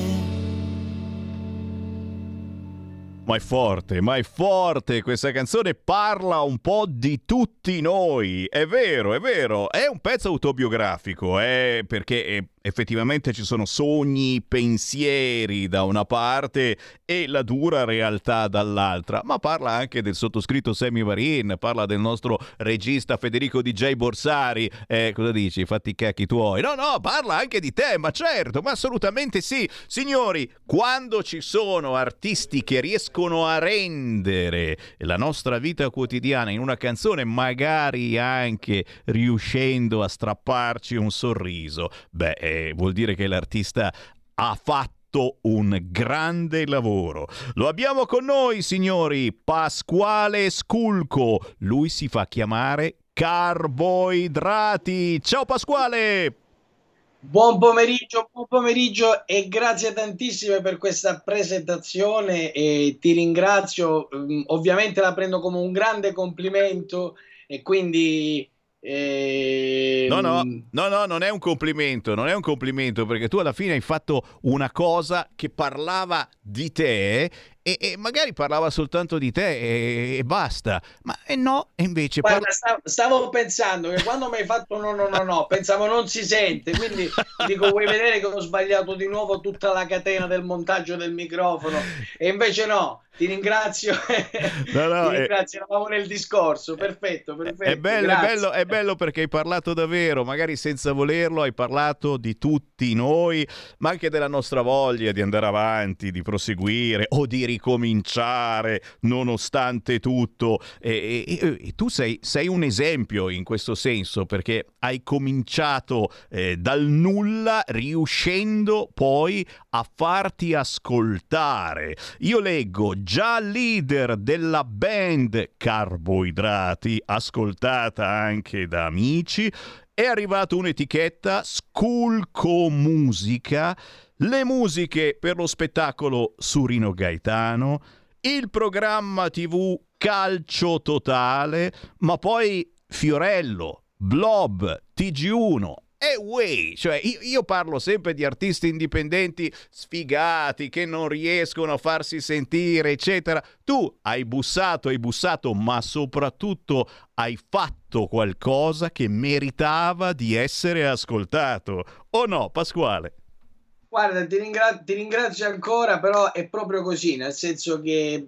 Ma è forte, ma è forte, questa canzone parla un po' di tutti noi, è vero, è vero, è un pezzo autobiografico, eh, perché è, effettivamente ci sono sogni, pensieri da una parte e la dura realtà dall'altra, ma parla anche del sottoscritto Sammy Varin, parla del nostro regista Federico D J Borsari, eh, cosa dici, fatti i cacchi tuoi, no no, parla anche di te, ma certo, ma assolutamente sì, signori, quando ci sono artisti che riescono a rendere la nostra vita quotidiana in una canzone, magari anche riuscendo a strapparci un sorriso, beh, eh, vuol dire che l'artista ha fatto un grande lavoro. Lo abbiamo con noi, signori, Pasquale Sculco. Lui si fa chiamare Carboidrati. Ciao Pasquale! Buon pomeriggio, buon pomeriggio e grazie tantissime per questa presentazione e ti ringrazio, ovviamente la prendo come un grande complimento e quindi... Eh... No, no, no, no, non è un complimento, non è un complimento perché tu alla fine hai fatto una cosa che parlava di te e, e magari parlava soltanto di te e, e basta, ma e no, e invece Guarda, parla... stavo, stavo pensando che quando mi hai fatto no no no no pensavo non si sente, quindi dico vuoi vedere che ho sbagliato di nuovo tutta la catena del montaggio del microfono e invece no, ti ringrazio, no, no, ti ringrazio, è... eravamo nel discorso, perfetto, perfetto, è bello, è bello, è bello perché hai parlato davvero, magari senza volerlo hai parlato di tutti noi, ma anche della nostra voglia di andare avanti, di proseguire o di ricominciare nonostante tutto e, e, e tu sei, sei un esempio in questo senso perché hai cominciato eh, dal nulla riuscendo poi a farti ascoltare. Io leggo già leader della band Carboidrati, ascoltata anche da amici, è arrivata un'etichetta Sculco Musica, le musiche per lo spettacolo Surino Gaetano, il programma tivù Calcio Totale, ma poi Fiorello, Blob, T G uno e Way, cioè io, io parlo sempre di artisti indipendenti sfigati che non riescono a farsi sentire, eccetera. Tu hai bussato, hai bussato, ma soprattutto hai fatto qualcosa che meritava di essere ascoltato, o no, Pasquale? Guarda, ti, ringra- ti ringrazio ancora, però è proprio così, nel senso che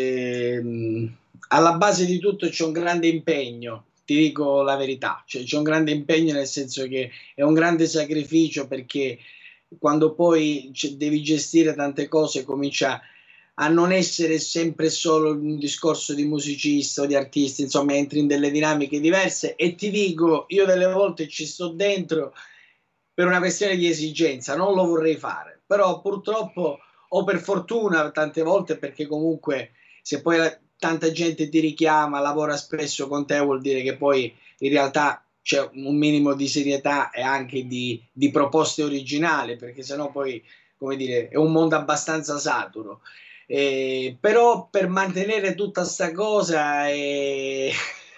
ehm, alla base di tutto c'è un grande impegno. Ti dico la verità, cioè, c'è un grande impegno nel senso che è un grande sacrificio perché quando poi c- devi gestire tante cose comincia a non essere sempre solo un discorso di musicista o di artista, insomma entri in delle dinamiche diverse e ti dico, io delle volte ci sto dentro per una questione di esigenza, non lo vorrei fare, però purtroppo o per fortuna tante volte perché comunque se poi... La, tanta gente ti richiama, lavora spesso con te, vuol dire che poi in realtà c'è un minimo di serietà e anche di, di proposte originali, perché sennò poi, come dire, è un mondo abbastanza saturo. Eh, però per mantenere tutta sta cosa è...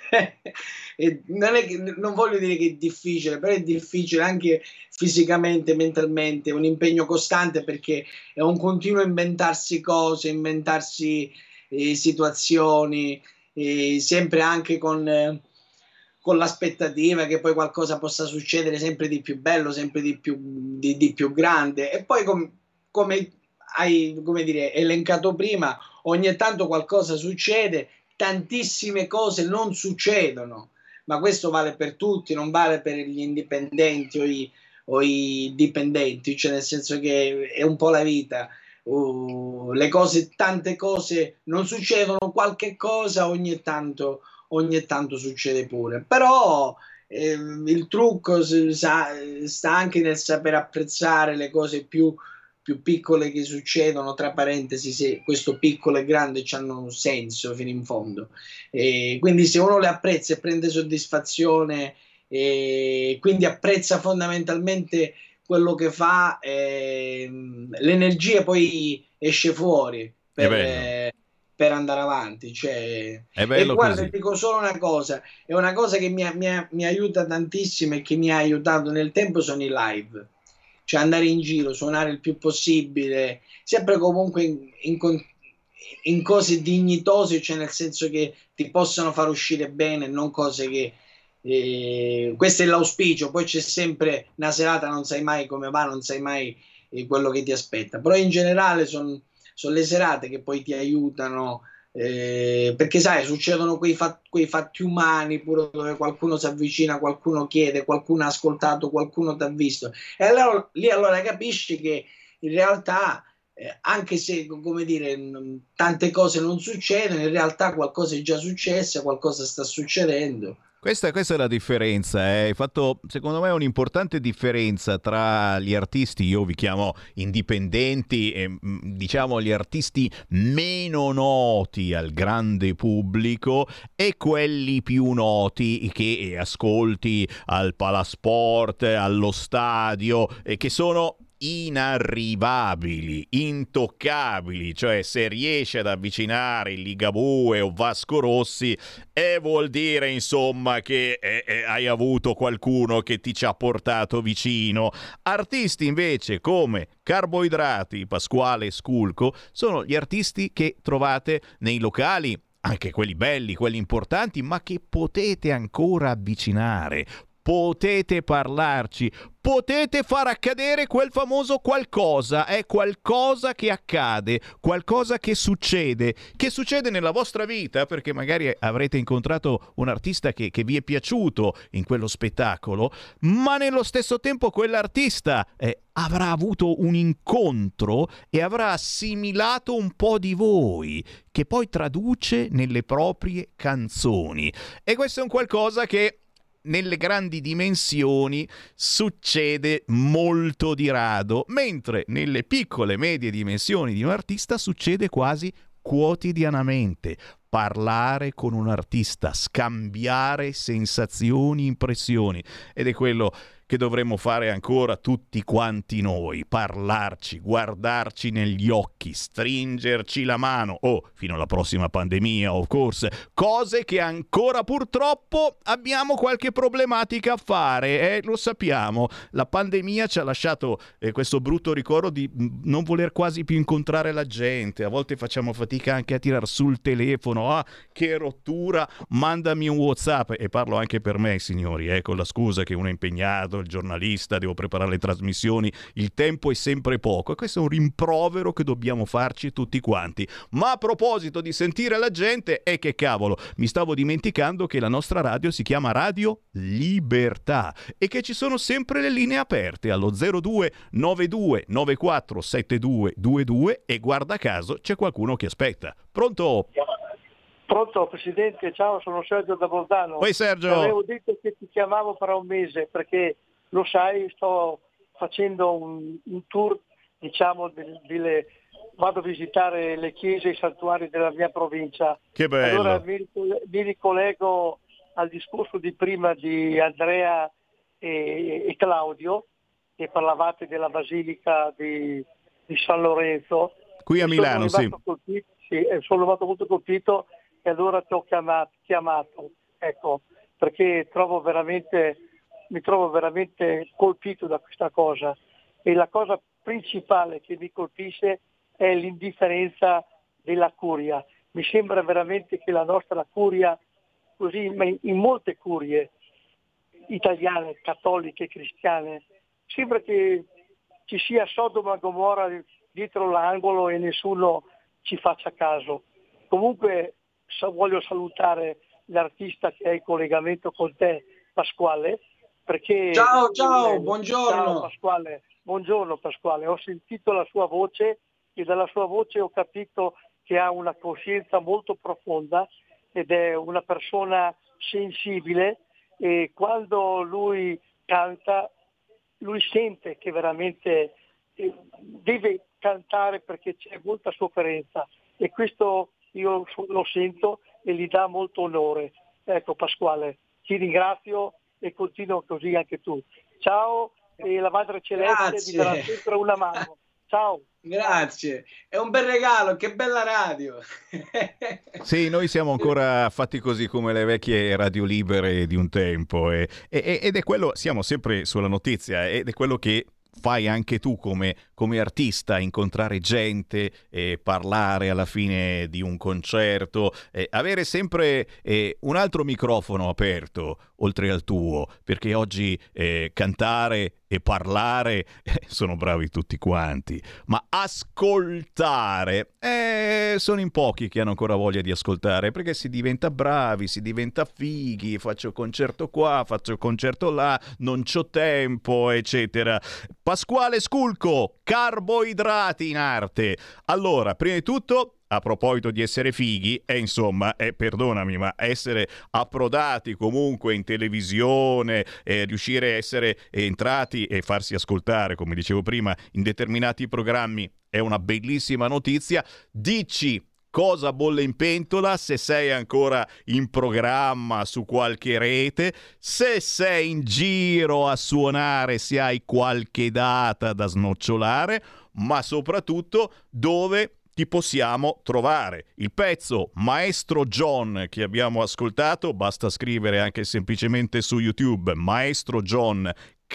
e non, è che, non voglio dire che è difficile, però è difficile anche fisicamente, mentalmente, è un impegno costante perché è un continuo inventarsi cose, inventarsi eh, situazioni, eh, sempre anche con, eh, con l'aspettativa che poi qualcosa possa succedere sempre di più bello, sempre di più, di, di più grande. E poi com, come hai come dire, elencato prima, ogni tanto qualcosa succede, tantissime cose non succedono, ma questo vale per tutti, non vale per gli indipendenti o i, o i dipendenti, cioè nel senso che è un po' la vita, uh, le cose, tante cose non succedono, qualche cosa ogni tanto, ogni tanto succede pure, però eh, il trucco sa, sta anche nel saper apprezzare le cose più, più piccole che succedono, tra parentesi, se questo piccolo e grande hanno un senso fino in fondo. E quindi se uno le apprezza e prende soddisfazione, e quindi apprezza fondamentalmente quello che fa, eh, l'energia poi esce fuori per, eh, per andare avanti. Cioè, È bello e guarda, così. dico solo una cosa, è una cosa che mi, mi, mi aiuta tantissimo e che mi ha aiutato nel tempo, sono i live. Cioè andare in giro, suonare il più possibile, sempre comunque in, in, in cose dignitose, cioè nel senso che ti possano far uscire bene, non cose che... Eh, questo è l'auspicio, poi c'è sempre una serata, non sai mai come va, non sai mai eh, quello che ti aspetta, però in generale sono son le serate che poi ti aiutano, eh, perché sai, succedono quei, fat, quei fatti umani pure, dove qualcuno si avvicina, qualcuno chiede, qualcuno ha ascoltato, qualcuno ti ha visto, e allora lì allora capisci che in realtà eh, anche se, come dire, n- tante cose non succedono, in realtà qualcosa è già successo, qualcosa sta succedendo. Questa, questa è la differenza, eh. Hai fatto secondo me un'importante differenza tra gli artisti, io vi chiamo indipendenti, e diciamo gli artisti meno noti al grande pubblico e quelli più noti che ascolti al Palasport, allo stadio, e che sono inarrivabili, intoccabili, cioè se riesci ad avvicinare il Ligabue o Vasco Rossi, e vuol dire insomma che eh, eh, hai avuto qualcuno che ti ci ha portato vicino. Artisti invece come Carboidrati, Pasquale e Sculco sono gli artisti che trovate nei locali, anche quelli belli, quelli importanti, ma che potete ancora avvicinare. Potete parlarci, potete far accadere quel famoso qualcosa, è qualcosa che accade, qualcosa che succede, che succede nella vostra vita, perché magari avrete incontrato un artista che, che vi è piaciuto in quello spettacolo, ma nello stesso tempo quell'artista eh, avrà avuto un incontro e avrà assimilato un po' di voi, che poi traduce nelle proprie canzoni. E questo è un qualcosa che nelle grandi dimensioni succede molto di rado, mentre nelle piccole e medie dimensioni di un artista succede quasi quotidianamente. Parlare con un artista, scambiare sensazioni, impressioni, ed è quello che dovremmo fare ancora tutti quanti noi, parlarci, guardarci negli occhi, stringerci la mano, o oh, fino alla prossima pandemia, of course, cose che ancora purtroppo abbiamo qualche problematica a fare, eh, lo sappiamo, la pandemia ci ha lasciato eh, questo brutto ricordo di non voler quasi più incontrare la gente, a volte facciamo fatica anche a tirar sul telefono, ah, che rottura, mandami un WhatsApp, e parlo anche per me, signori, eh, con la scusa che uno è impegnato, il giornalista, devo preparare le trasmissioni, il tempo è sempre poco, e questo è un rimprovero che dobbiamo farci tutti quanti. Ma a proposito di sentire la gente, e che cavolo, mi stavo dimenticando che la nostra radio si chiama Radio Libertà e che ci sono sempre le linee aperte allo zero due nove due nove quattro sette due due due, e guarda caso c'è qualcuno che aspetta. Pronto? Pronto Presidente, ciao, sono Sergio da Bolzano. Poi Sergio. Avevo detto che ti chiamavo fra un mese perché lo sai, sto facendo un, un tour, diciamo, delle, delle, vado a visitare le chiese e i santuari della mia provincia. Che bello. Allora mi, mi ricollego al discorso di prima di Andrea e, e Claudio, che parlavate della Basilica di, di San Lorenzo. Qui a Milano, sì. Colpito, sì, sono rimasto molto colpito e allora ti ho chiamato, chiamato, ecco, perché trovo veramente, mi trovo veramente colpito da questa cosa, e la cosa principale che mi colpisce è l'indifferenza della curia. Mi sembra veramente che la nostra curia, così in molte curie italiane, cattoliche, cristiane, sembra che ci sia Sodoma e Gomorra dietro l'angolo e nessuno ci faccia caso. Comunque voglio salutare l'artista che è in collegamento con te, Pasquale, perché ciao ciao, buongiorno. Ciao Pasquale, buongiorno Pasquale, ho sentito la sua voce e dalla sua voce ho capito che ha una coscienza molto profonda ed è una persona sensibile e quando lui canta, lui sente che veramente eh, deve cantare perché c'è molta sofferenza, e questo io lo sento e gli dà molto onore. Ecco Pasquale, ti ringrazio e continuo così anche tu. Ciao, e la Madre Celeste Grazie. ti darà sempre una mano. Ciao. Grazie, è un bel regalo, che bella radio. Sì, noi siamo ancora fatti così come le vecchie radio libere di un tempo e, e, ed è quello, siamo sempre sulla notizia, ed è quello che fai anche tu come, come artista, incontrare gente, eh, parlare alla fine di un concerto, eh, avere sempre eh, un altro microfono aperto oltre al tuo, perché oggi eh, cantare e parlare eh, sono bravi tutti quanti, ma ascoltare eh, sono in pochi che hanno ancora voglia di ascoltare, perché si diventa bravi, si diventa fighi, faccio concerto qua, faccio concerto là, non c'ho tempo, eccetera. Pasquale Sculco, carboidrati in arte. Allora, prima di tutto, a proposito di essere fighi, e insomma, eh, perdonami, ma essere approdati comunque in televisione, eh, riuscire a essere entrati e farsi ascoltare, come dicevo prima, in determinati programmi è una bellissima notizia. Dici cosa bolle in pentola, se sei ancora in programma su qualche rete, se sei in giro a suonare, se hai qualche data da snocciolare, ma soprattutto dove ti possiamo trovare. Il pezzo Maestro John che abbiamo ascoltato, basta scrivere anche semplicemente su YouTube Maestro John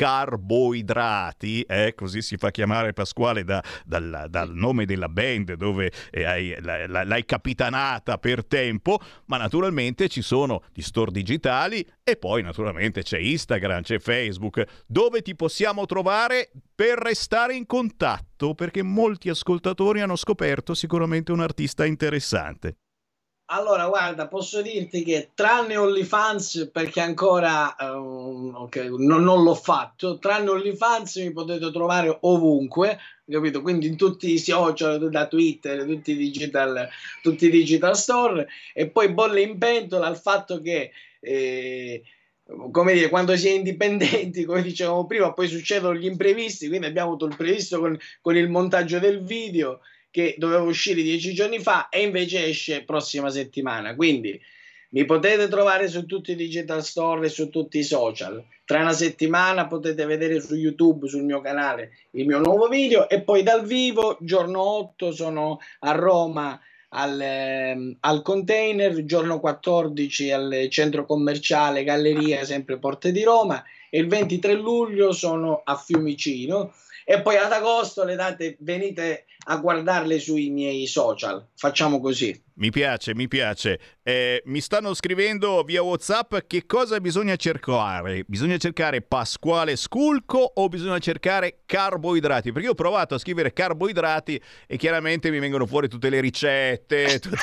Carboidrati, eh, così si fa chiamare Pasquale da, dal, dal nome della band dove eh, hai, la, la, l'hai capitanata per tempo, ma naturalmente ci sono gli store digitali e poi naturalmente c'è Instagram, c'è Facebook, dove ti possiamo trovare per restare in contatto, perché molti ascoltatori hanno scoperto sicuramente un artista interessante. Allora, guarda, posso dirti che tranne OnlyFans, perché ancora um, okay, non, non l'ho fatto, tranne OnlyFans mi potete trovare ovunque, capito? Quindi in tutti i social, da Twitter, tutti i digital, tutti i digital store, e poi bolle in pentola al fatto che, eh, come dire, quando si è indipendenti, come dicevamo prima, poi succedono gli imprevisti, quindi abbiamo avuto il previsto con, con il montaggio del video, che doveva uscire dieci giorni fa e invece esce prossima settimana. Quindi mi potete trovare su tutti i digital store e su tutti i social. Tra una settimana potete vedere su YouTube, sul mio canale, il mio nuovo video, e poi dal vivo giorno otto sono a Roma al, eh, al Container, giorno quattordici al centro commerciale Galleria, sempre Porte di Roma, e il ventitré luglio sono a Fiumicino. E poi ad agosto le date venite a guardarle sui miei social. Facciamo così. Mi piace, mi piace. Eh, mi stanno scrivendo via WhatsApp che cosa bisogna cercare. Bisogna cercare Pasquale Sculco o bisogna cercare carboidrati? Perché io ho provato a scrivere carboidrati e chiaramente mi vengono fuori tutte le ricette. Tutte...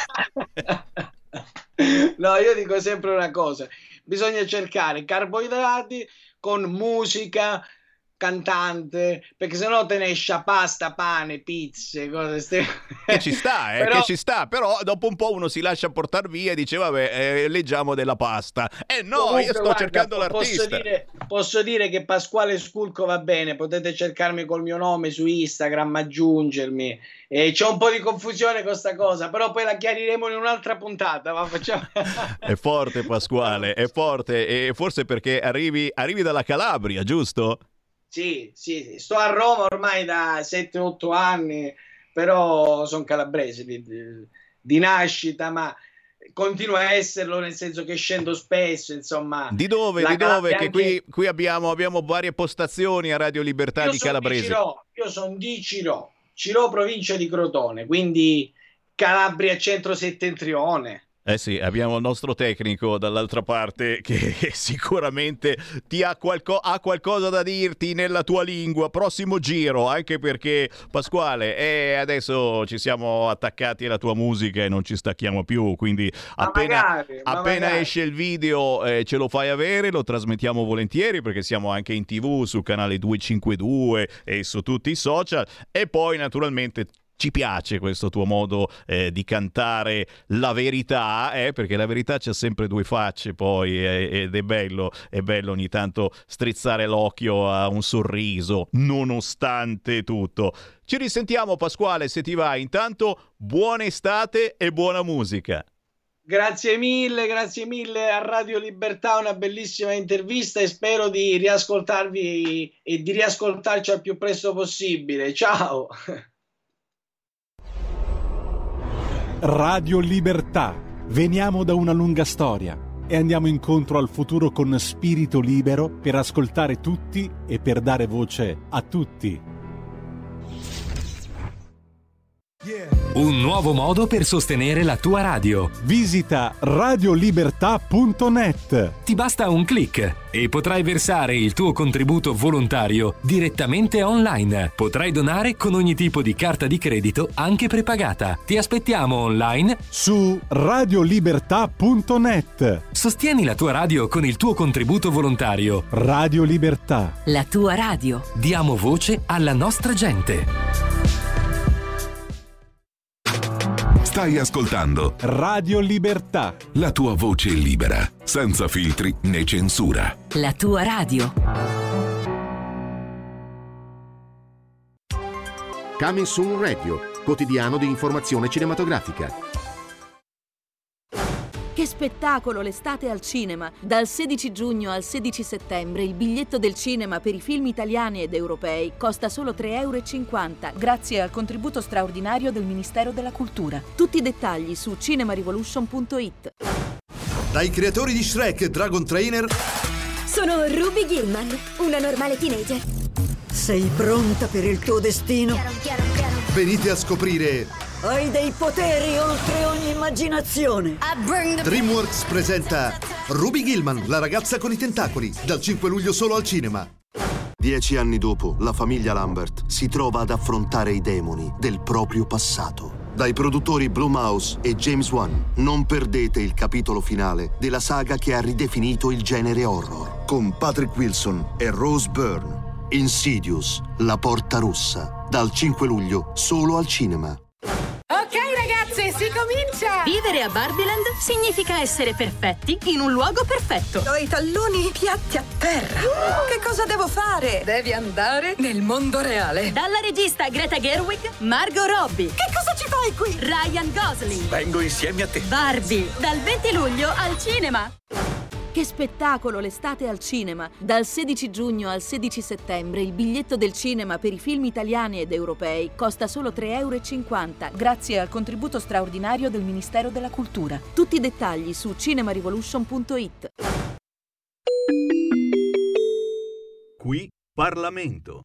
No, io dico sempre una cosa. Bisogna cercare carboidrati con musica, cantante, perché sennò te ne esce pasta, pane, pizze, cose ste... che ci sta, eh, però... che ci sta, però dopo un po' uno si lascia portare via e dice vabbè, eh, leggiamo della pasta. Eh no, comunque, io sto guarda, cercando l'artista. Posso dire, posso dire che Pasquale Sculco va bene, potete cercarmi col mio nome su Instagram, aggiungermi. E c'è un po' di confusione con sta cosa, però poi la chiariremo in un'altra puntata. Ma facciamo... È forte Pasquale, è forte, e forse perché arrivi, arrivi dalla Calabria, giusto? Sì, sì, sì, sto a Roma ormai da sette otto anni, però sono calabrese di, di, di nascita, ma continuo a esserlo, nel senso che scendo spesso, insomma. Di dove? Di dove? Che anche... qui, qui abbiamo, abbiamo varie postazioni a Radio Libertà io di Calabrese. Di Ciro, io sono di Ciro, Ciro provincia di Crotone, quindi Calabria centro-settentrione. Eh sì, abbiamo il nostro tecnico dall'altra parte che, che sicuramente ti ha, qualco, ha qualcosa da dirti nella tua lingua. Prossimo giro, anche perché Pasquale, eh, adesso ci siamo attaccati alla tua musica e non ci stacchiamo più, quindi ma appena, magari, appena magari. esce il video eh, ce lo fai avere, lo trasmettiamo volentieri perché siamo anche in tv, su canale duecentocinquantadue e su tutti i social, e poi naturalmente ci piace questo tuo modo eh, di cantare la verità, eh, perché la verità c'ha sempre due facce poi, eh, ed è bello, è bello ogni tanto strizzare l'occhio a un sorriso, nonostante tutto. Ci risentiamo, Pasquale, se ti va. Intanto buona estate e buona musica. Grazie mille, grazie mille a Radio Libertà, una bellissima intervista e spero di riascoltarvi e di riascoltarci al più presto possibile. Ciao! Radio Libertà. Veniamo da una lunga storia e andiamo incontro al futuro con spirito libero per ascoltare tutti e per dare voce a tutti. Un nuovo modo per sostenere la tua radio. Visita radiolibertà punto net. Ti basta un click e potrai versare il tuo contributo volontario direttamente online. Potrai donare con ogni tipo di carta di credito, anche prepagata. Ti aspettiamo online su radiolibertà punto net. Sostieni la tua radio con il tuo contributo volontario. Radio Libertà. La tua radio. Diamo voce alla nostra gente. Stai ascoltando Radio Libertà. La tua voce libera, senza filtri né censura. La tua radio. Coming Soon Radio, quotidiano di informazione cinematografica. Che spettacolo l'estate al cinema! Dal sedici giugno al sedici settembre il biglietto del cinema per i film italiani ed europei costa solo tre euro e cinquanta grazie al contributo straordinario del Ministero della Cultura. Tutti i dettagli su cinema revolution punto it. Dai creatori di Shrek e Dragon Trainer. Sono Ruby Gilman, una normale teenager. Sei pronta per il tuo destino? Chiaro, chiaro, chiaro. Venite a scoprire... Hai dei poteri oltre ogni immaginazione. DreamWorks presenta Ruby Gilman, la ragazza con i tentacoli, dal cinque luglio solo al cinema. Dieci anni dopo, la famiglia Lambert si trova ad affrontare i demoni del proprio passato. Dai produttori Blumhouse e James Wan, non perdete il capitolo finale della saga che ha ridefinito il genere horror. Con Patrick Wilson e Rose Byrne. Insidious, la porta rossa, dal cinque luglio solo al cinema. Ok ragazze, si comincia! Vivere a Barbieland significa essere perfetti in un luogo perfetto. Ho i talloni piatti a terra. Uh! Che cosa devo fare? Devi andare nel mondo reale. Dalla regista Greta Gerwig, Margot Robbie. Che cosa ci fai qui? Ryan Gosling. Vengo insieme a te. Barbie, dal venti luglio al cinema. Che spettacolo l'estate al cinema! Dal sedici giugno al sedici settembre il biglietto del cinema per i film italiani ed europei costa solo tre euro e cinquanta grazie al contributo straordinario del Ministero della Cultura. Tutti i dettagli su cinema revolution punto it. Qui Parlamento.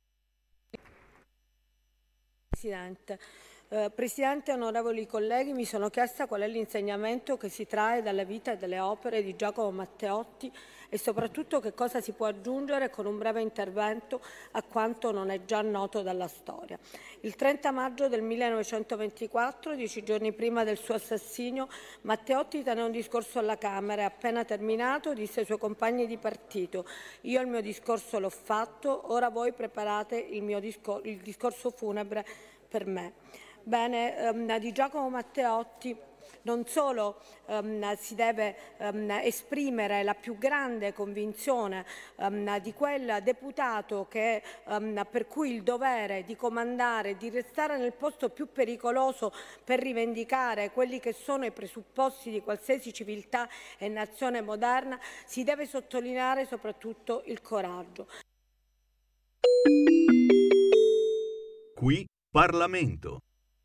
Presidente. Eh, Presidente, onorevoli colleghi, mi sono chiesta qual è l'insegnamento che si trae dalla vita e dalle opere di Giacomo Matteotti e soprattutto che cosa si può aggiungere con un breve intervento a quanto non è già noto dalla storia. Il trenta maggio del millenovecentoventiquattro, dieci giorni prima del suo assassinio, Matteotti tenne un discorso alla Camera e appena terminato disse ai suoi compagni di partito: io il mio discorso l'ho fatto, ora voi preparate il mio discor- il discorso funebre per me. Bene, ehm, di Giacomo Matteotti non solo ehm, si deve ehm, esprimere la più grande convinzione ehm, di quel deputato che, ehm, per cui il dovere di comandare, di restare nel posto più pericoloso per rivendicare quelli che sono i presupposti di qualsiasi civiltà e nazione moderna, si deve sottolineare soprattutto il coraggio. Qui Parlamento.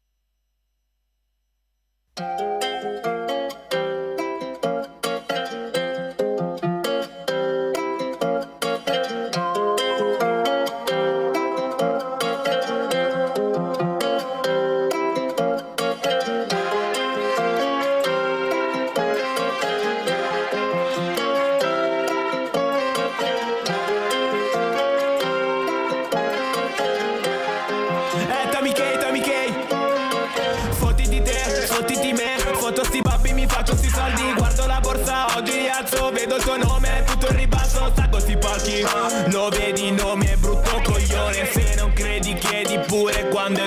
Vedo il tuo nome, tutto il ribasso, sta questi palchi. Lo vedi, nome è brutto coglione. Se non credi chiedi pure quando e dove.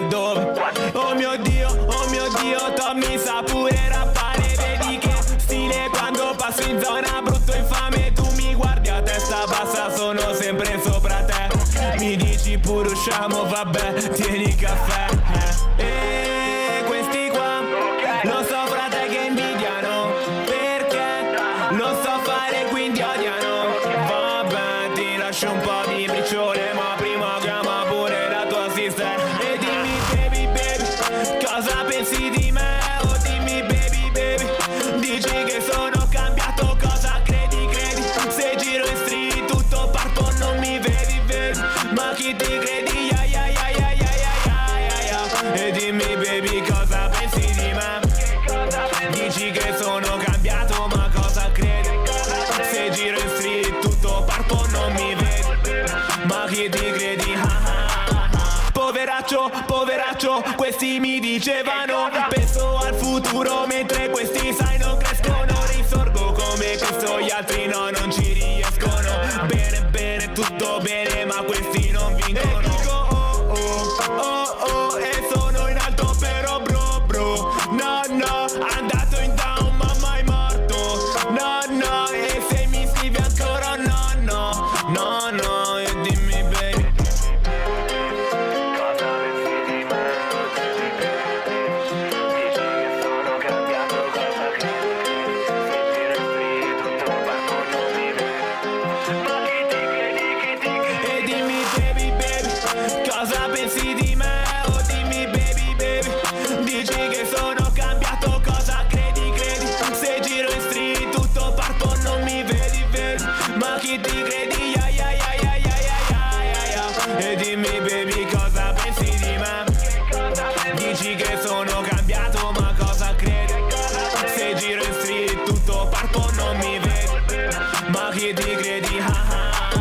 Oh mio Dio, oh mio Dio, Tommy sa pure rappare. Vedi che stile quando passo in zona, brutto infame. Tu mi guardi a testa bassa, sono sempre sopra te. Mi dici pure usciamo, vabbè, tieni caffè. E questi qua, lo so frate che invidiano, perché lo so fare quindi odiano. Vabbè, ti lascio un po' di briciole, ma prima chiama pure la tua sister. E dimmi baby baby, cosa pensi di me? Oh dimmi baby baby, dici che sono cambiato, cosa credi credi? Se giro in street tutto parto non mi vedi vedi, ma chi ti credi? Ya ya ya ya ya ya ya ya. E dimmi baby cosa pensi di me? Dici che sono cambiato ma cosa credi? Se giro in street tutto parto non mi vedi, ma chi ti credi? Poveraccio, poveraccio, questi mi dicevano, penso al futuro mentre questi sai non crescono. Risorgo come questo, gli altri no, non ci riescono. Bene, bene, tutto bene, ma questi non vincono. E dico oh oh, oh oh, e sono in alto però bro bro. No no, andato in down ma mai morto. No no, e se mi scrivi ancora no no, no no, e dimmi baby. Cosa pensi di me? Oh dimmi baby baby, dici che sono cambiato, cosa credi credi? Se giro in street tutto parto non mi vedi vedi, ma chi ti credi? Ya ya ya ya ya ya ya ya. E dimmi baby cosa pensi di me? Dici che sono cambiato ma cosa credi? Se giro in street tutto parto non mi vedi, ma chi ti credi? Ha ha.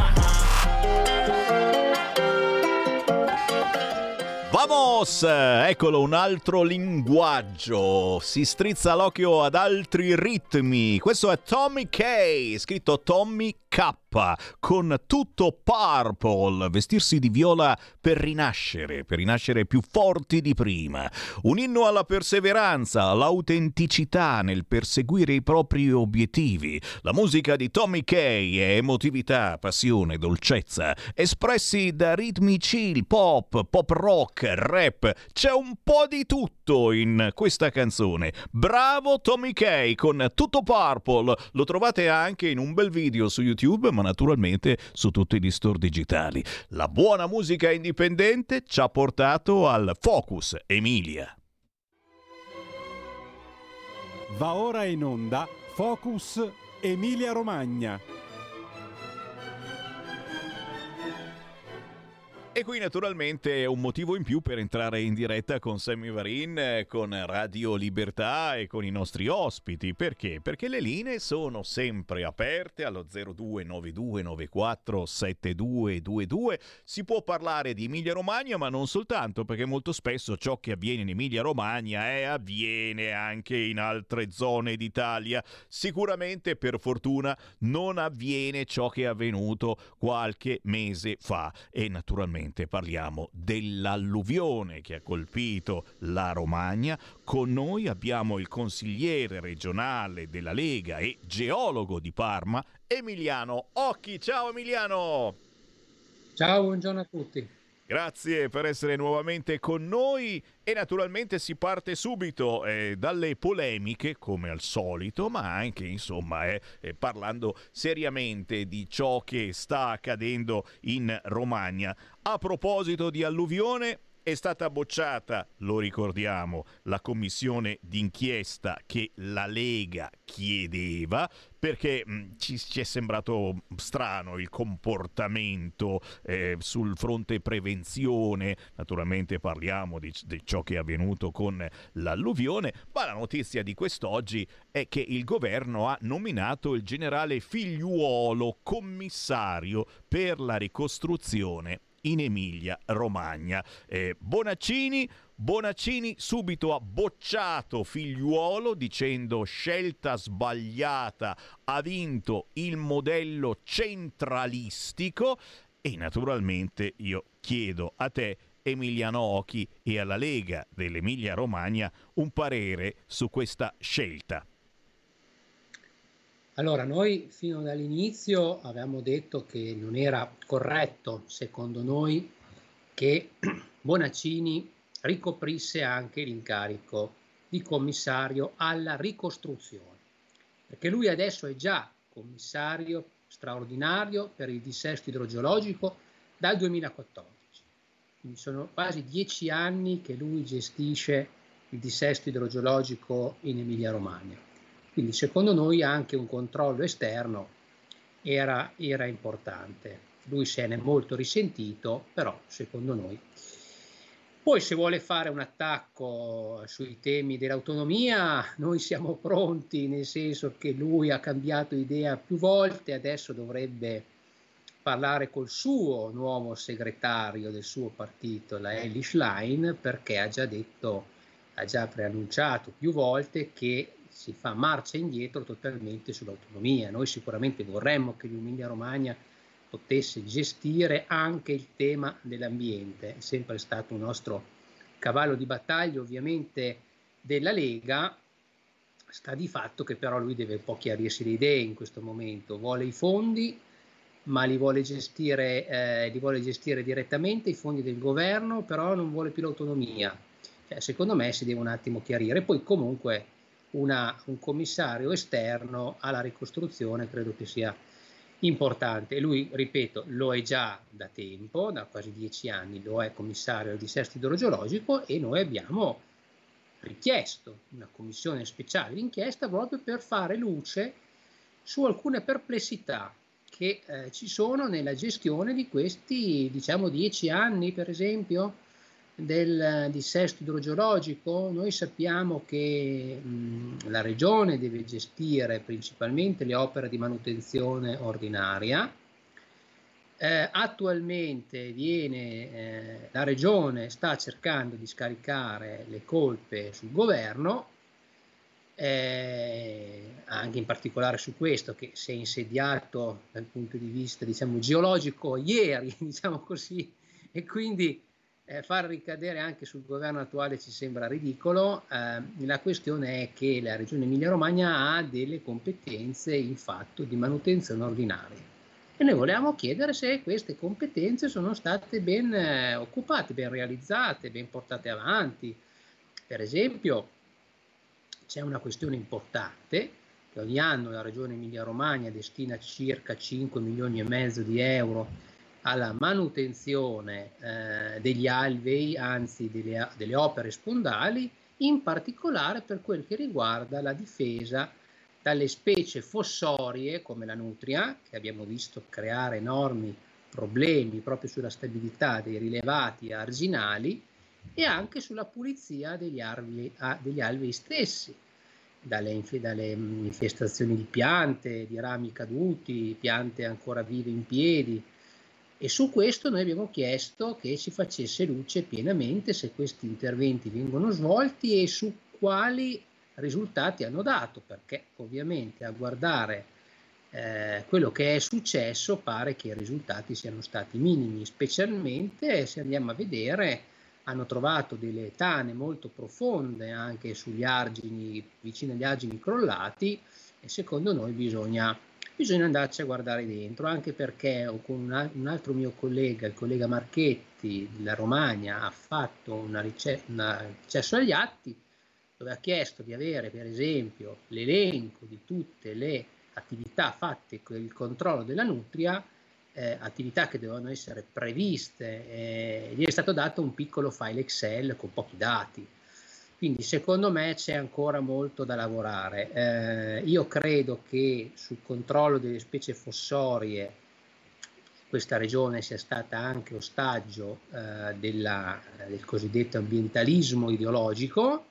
Vamos! Eccolo un altro linguaggio, si strizza l'occhio ad altri ritmi. Questo è Tommy K, scritto Tommy K, con tutto purple, vestirsi di viola per rinascere, per rinascere più forti di prima. Un inno alla perseveranza, all'autenticità nel perseguire i propri obiettivi. La musica di Tommy K è emotività, passione, dolcezza, espressi da ritmi chill, pop, pop rock, rap. C'è un po' di tutto in questa canzone. Bravo Tommy K con tutto purple. Lo trovate anche in un bel video su YouTube, ma naturalmente su tutti gli store digitali. La buona musica indipendente ci ha portato al Focus Emilia. Va ora in onda Focus Emilia Romagna. E qui naturalmente è un motivo in più per entrare in diretta con Sammy Varin, con Radio Libertà e con i nostri ospiti. Perché? Perché le linee sono sempre aperte allo zero due nove due nove quattro sette due due due. Si può parlare di Emilia Romagna, ma non soltanto, perché molto spesso ciò che avviene in Emilia Romagna è avviene anche in altre zone d'Italia. Sicuramente, per fortuna, non avviene ciò che è avvenuto qualche mese fa. E naturalmente parliamo dell'alluvione che ha colpito la Romagna. Con noi abbiamo il consigliere regionale della Lega e geologo di Parma, Emiliano Occhi. Ciao Emiliano! Ciao, buongiorno a tutti. Grazie per essere nuovamente con noi e naturalmente si parte subito eh, dalle polemiche come al solito, ma anche insomma eh, eh, parlando seriamente di ciò che sta accadendo in Romagna. A proposito di alluvione, è stata bocciata, lo ricordiamo, la commissione d'inchiesta che la Lega chiedeva, perché mh, ci, ci è sembrato strano il comportamento eh, sul fronte prevenzione. Naturalmente parliamo di, di ciò che è avvenuto con l'alluvione, ma la notizia di quest'oggi è che il governo ha nominato il generale Figliuolo commissario per la ricostruzione in Emilia Romagna. Eh, Bonaccini, Bonaccini subito ha bocciato Figliuolo dicendo scelta sbagliata, ha vinto il modello centralistico. E naturalmente io chiedo a te, Emiliano Ochi e alla Lega dell'Emilia Romagna un parere su questa scelta. Allora, noi fino dall'inizio avevamo detto che non era corretto, secondo noi, che Bonaccini ricoprisse anche l'incarico di commissario alla ricostruzione, perché lui adesso è già commissario straordinario per il dissesto idrogeologico dal duemilaquattordici, quindi sono quasi dieci anni che lui gestisce il dissesto idrogeologico in Emilia Romagna. Quindi secondo noi anche un controllo esterno era, era importante. Lui se ne è molto risentito, però secondo noi. Poi se vuole fare un attacco sui temi dell'autonomia, noi siamo pronti, nel senso che lui ha cambiato idea più volte, adesso dovrebbe parlare col suo nuovo segretario del suo partito, la Elly Schlein, perché ha già detto, ha già preannunciato più volte che si fa marcia indietro totalmente sull'autonomia. Noi sicuramente vorremmo che l'Emilia Romagna potesse gestire anche il tema dell'ambiente, è sempre stato un nostro cavallo di battaglia ovviamente della Lega. Sta di fatto che però lui deve un po' chiarirsi le idee in questo momento, vuole i fondi ma li vuole gestire, eh, li vuole gestire direttamente i fondi del governo, però non vuole più l'autonomia. Cioè, secondo me si deve un attimo chiarire. Poi comunque Una, un commissario esterno alla ricostruzione credo che sia importante. Lui, ripeto, lo è già da tempo, da quasi dieci anni, lo è commissario al dissesto idrogeologico e noi abbiamo richiesto una commissione speciale d'inchiesta proprio per fare luce su alcune perplessità che eh, ci sono nella gestione di questi, diciamo, dieci anni, per esempio, del dissesto idrogeologico. Noi sappiamo che mh, la regione deve gestire principalmente le opere di manutenzione ordinaria. Eh, attualmente viene, eh, la regione sta cercando di scaricare le colpe sul governo, eh, anche in particolare su questo che si è insediato dal punto di vista, diciamo, geologico ieri, diciamo così, e quindi Eh, far ricadere anche sul governo attuale ci sembra ridicolo. Eh, la questione è che la regione Emilia-Romagna ha delle competenze in fatto di manutenzione ordinaria e noi volevamo chiedere se queste competenze sono state ben eh, occupate, ben realizzate, ben portate avanti. Per esempio c'è una questione importante che ogni anno la regione Emilia-Romagna destina circa cinque milioni e mezzo di euro alla manutenzione eh, degli alvei, anzi delle, delle opere spondali, in particolare per quel che riguarda la difesa dalle specie fossorie come la nutria, che abbiamo visto creare enormi problemi proprio sulla stabilità dei rilevati arginali, e anche sulla pulizia degli alvei, ah, degli alvei stessi, dalle, dalle infestazioni di piante, di rami caduti, piante ancora vive in piedi. E su questo noi abbiamo chiesto che si facesse luce pienamente se questi interventi vengono svolti e su quali risultati hanno dato, perché ovviamente a guardare eh, quello che è successo pare che i risultati siano stati minimi, specialmente se andiamo a vedere hanno trovato delle tane molto profonde anche sugli argini, vicino agli argini crollati, e secondo noi bisogna Bisogna andarci a guardare dentro, anche perché con un altro mio collega, il collega Marchetti della Romagna, ha fatto una rice- una ricesso agli atti dove ha chiesto di avere per esempio l'elenco di tutte le attività fatte con il controllo della nutria, eh, attività che devono essere previste, eh, gli è stato dato un piccolo file Excel con pochi dati. Quindi secondo me c'è ancora molto da lavorare. Eh, io credo che sul controllo delle specie fossorie questa regione sia stata anche ostaggio eh, della, del cosiddetto ambientalismo ideologico,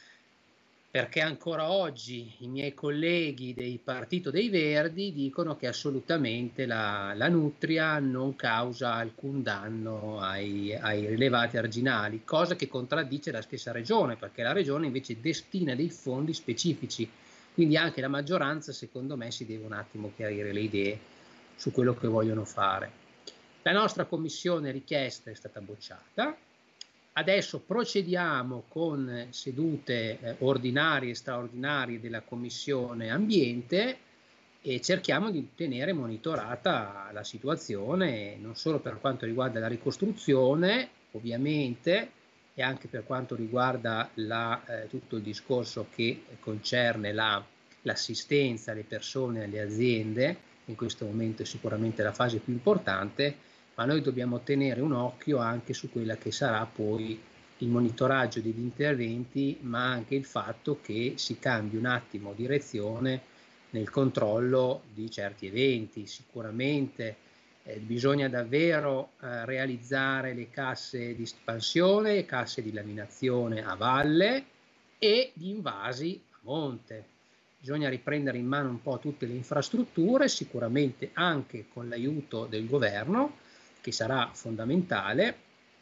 perché ancora oggi i miei colleghi del Partito dei Verdi dicono che assolutamente la, la nutria non causa alcun danno ai, ai rilevati arginali, cosa che contraddice la stessa regione, perché la regione invece destina dei fondi specifici, quindi anche la maggioranza secondo me si deve un attimo chiarire le idee su quello che vogliono fare. La nostra commissione richiesta è stata bocciata, Adesso procediamo con sedute eh, ordinarie e straordinarie della Commissione Ambiente e cerchiamo di tenere monitorata la situazione, non solo per quanto riguarda la ricostruzione, ovviamente, e anche per quanto riguarda la, eh, tutto il discorso che concerne la, l'assistenza alle persone, alle aziende. In questo momento è sicuramente la fase più importante, ma noi dobbiamo tenere un occhio anche su quella che sarà poi il monitoraggio degli interventi, ma anche il fatto che si cambi un attimo direzione nel controllo di certi eventi. Sicuramente eh, bisogna davvero eh, realizzare le casse di espansione, le casse di laminazione a valle e gli invasi a monte. Bisogna riprendere in mano un po' tutte le infrastrutture, sicuramente anche con l'aiuto del governo, che sarà fondamentale,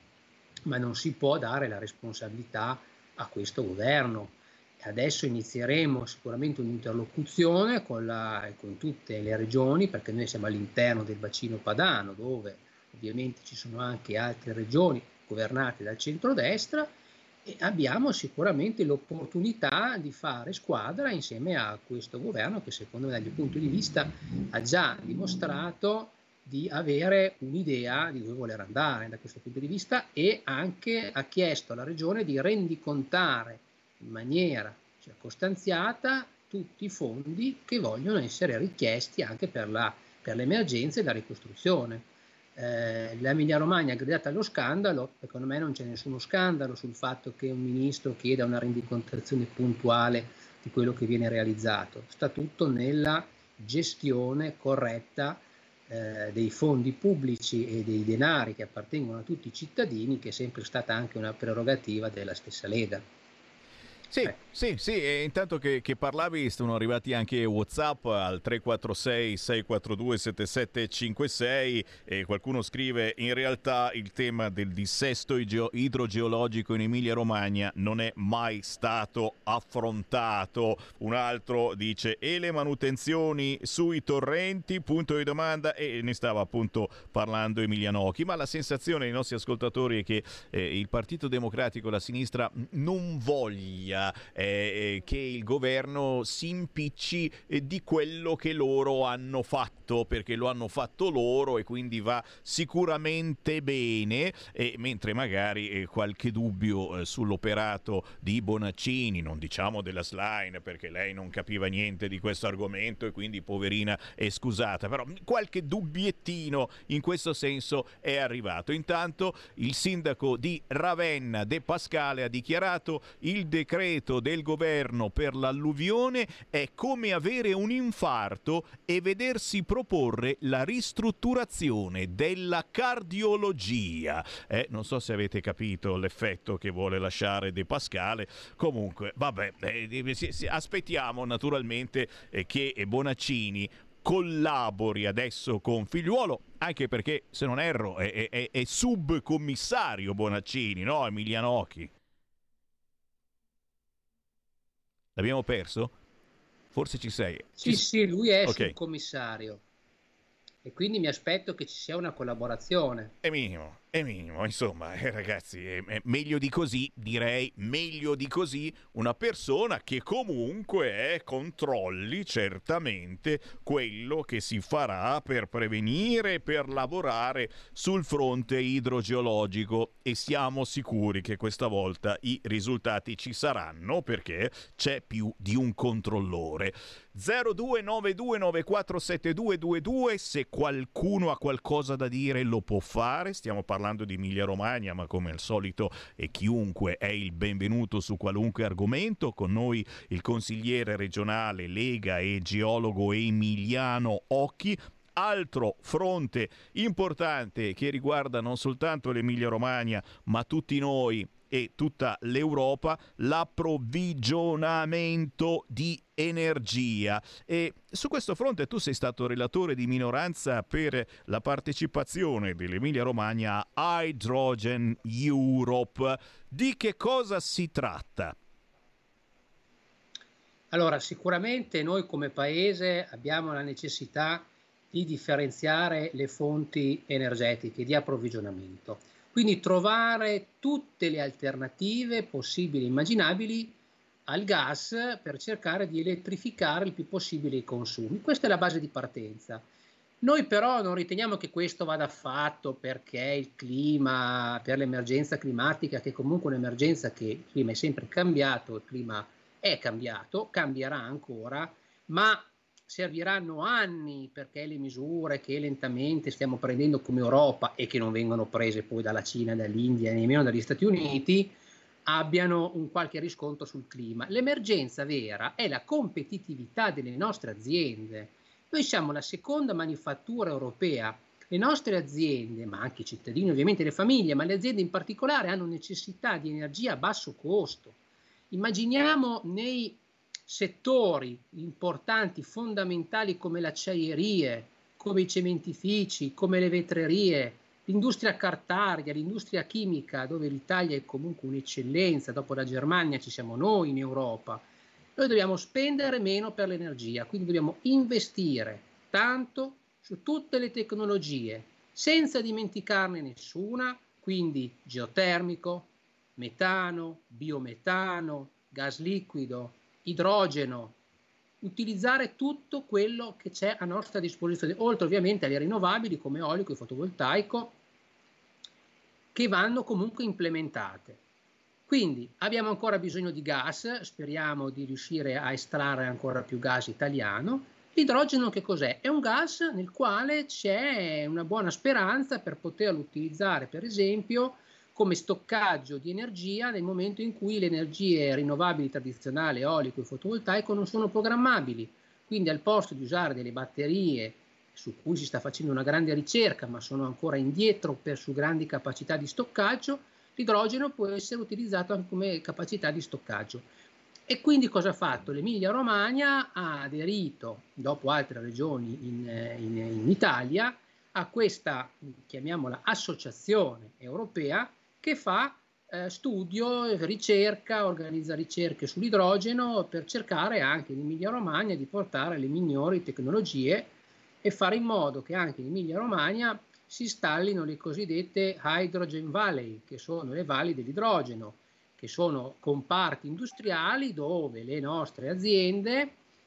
ma non si può dare la responsabilità a questo governo. Adesso inizieremo sicuramente un'interlocuzione con, la, con tutte le regioni, perché noi siamo all'interno del bacino padano, dove ovviamente ci sono anche altre regioni governate dal centrodestra, e abbiamo sicuramente l'opportunità di fare squadra insieme a questo governo che, secondo me, dal mio punto di vista ha già dimostrato di avere un'idea di dove voler andare da questo punto di vista, e anche ha chiesto alla Regione di rendicontare in maniera circostanziata tutti i fondi che vogliono essere richiesti anche per, la, per le emergenze e la ricostruzione. Eh, L'Emilia Romagna è gridata allo scandalo, secondo me non c'è nessuno scandalo sul fatto che un ministro chieda una rendicontazione puntuale di quello che viene realizzato, sta tutto nella gestione corretta Eh, dei fondi pubblici e dei denari che appartengono a tutti i cittadini, che è sempre stata anche una prerogativa della stessa Lega. Sì, eh. sì, sì, e intanto che, che parlavi sono arrivati anche WhatsApp al tre quattro sei sei quattro due sette sette cinque sei e qualcuno scrive: in realtà il tema del dissesto idrogeologico in Emilia Romagna non è mai stato affrontato. Un altro dice: e le manutenzioni sui torrenti? Punto di domanda. E ne stava appunto parlando Emiliano Occhi, ma la sensazione dei nostri ascoltatori è che eh, il Partito Democratico, la sinistra, non voglia Eh, che il governo si impicci eh, di quello che loro hanno fatto, perché lo hanno fatto loro e quindi va sicuramente bene, eh, mentre magari eh, qualche dubbio eh, sull'operato di Bonaccini, non diciamo della Schlein perché lei non capiva niente di questo argomento e quindi poverina è scusata, però qualche dubbiettino in questo senso è arrivato. Intanto il sindaco di Ravenna De Pascale ha dichiarato: il decreto del governo per l'alluvione è come avere un infarto e vedersi proporre la ristrutturazione della cardiologia. Eh, non so se avete capito l'effetto che vuole lasciare De Pascale. Comunque, vabbè, eh, aspettiamo naturalmente eh, che Bonaccini collabori adesso con Figliuolo, anche perché, se non erro, è, è, è subcommissario Bonaccini, no, Emiliano Occhi? L'abbiamo perso? Forse ci sei. Sì, ci... sì, lui è okay. Subcommissario e quindi mi aspetto che ci sia una collaborazione. È minimo, è minimo, insomma, eh, ragazzi, è, è meglio di così, direi, meglio di così, una persona che comunque eh, controlli certamente quello che si farà per prevenire e per lavorare sul fronte idrogeologico, e siamo sicuri che questa volta i risultati ci saranno, perché c'è più di un controllore. zero due nove due nove quattro sette due due due, se qualcuno ha qualcosa da dire lo può fare. Stiamo parlando di Emilia Romagna, ma come al solito e chiunque è il benvenuto su qualunque argomento. Con noi il consigliere regionale Lega e geologo Emiliano Occhi. Altro fronte importante che riguarda non soltanto l'Emilia Romagna ma tutti noi e tutta l'Europa, l'approvvigionamento di energia. E su questo fronte tu sei stato relatore di minoranza per la partecipazione dell'Emilia Romagna a Hydrogen Europe. Di che cosa si tratta? Allora, sicuramente noi come Paese abbiamo la necessità di differenziare le fonti energetiche di approvvigionamento. Quindi trovare tutte le alternative possibili e immaginabili al gas per cercare di elettrificare il più possibile i consumi. Questa è la base di partenza. Noi però non riteniamo che questo vada fatto perché il clima, per l'emergenza climatica, che è comunque un'emergenza che il clima è sempre cambiato, il clima è cambiato, cambierà ancora, ma serviranno anni perché le misure che lentamente stiamo prendendo come Europa e che non vengono prese poi dalla Cina, dall'India, nemmeno dagli Stati Uniti, abbiano un qualche riscontro sul clima. L'emergenza vera è la competitività delle nostre aziende. Noi siamo la seconda manifattura europea. Le nostre aziende, ma anche i cittadini, ovviamente le famiglie, ma le aziende in particolare, hanno necessità di energia a basso costo. Immaginiamo nei settori importanti, fondamentali come le acciaierie, come i cementifici, come le vetrerie, l'industria cartaria, l'industria chimica, dove l'Italia è comunque un'eccellenza, dopo la Germania ci siamo noi in Europa. Noi dobbiamo spendere meno per l'energia, quindi dobbiamo investire tanto su tutte le tecnologie, senza dimenticarne nessuna, quindi geotermico, metano, biometano, gas liquido, idrogeno, utilizzare tutto quello che c'è a nostra disposizione, oltre ovviamente alle rinnovabili come eolico e fotovoltaico, che vanno comunque implementate. Quindi abbiamo ancora bisogno di gas, speriamo di riuscire a estrarre ancora più gas italiano. L'idrogeno che cos'è? È un gas nel quale c'è una buona speranza per poterlo utilizzare, per esempio, come stoccaggio di energia nel momento in cui le energie rinnovabili tradizionali, eolico e fotovoltaico, non sono programmabili. Quindi al posto di usare delle batterie su cui si sta facendo una grande ricerca, ma sono ancora indietro per su grandi capacità di stoccaggio, l'idrogeno può essere utilizzato anche come capacità di stoccaggio. E quindi cosa ha fatto? L'Emilia-Romagna ha aderito, dopo altre regioni in, in, in Italia, a questa, chiamiamola, associazione europea che fa eh, studio, ricerca, organizza ricerche sull'idrogeno per cercare anche in Emilia-Romagna di portare le migliori tecnologie e fare in modo che anche in Emilia-Romagna si installino le cosiddette Hydrogen Valley, che sono le valli dell'idrogeno, che sono comparti industriali dove le nostre aziende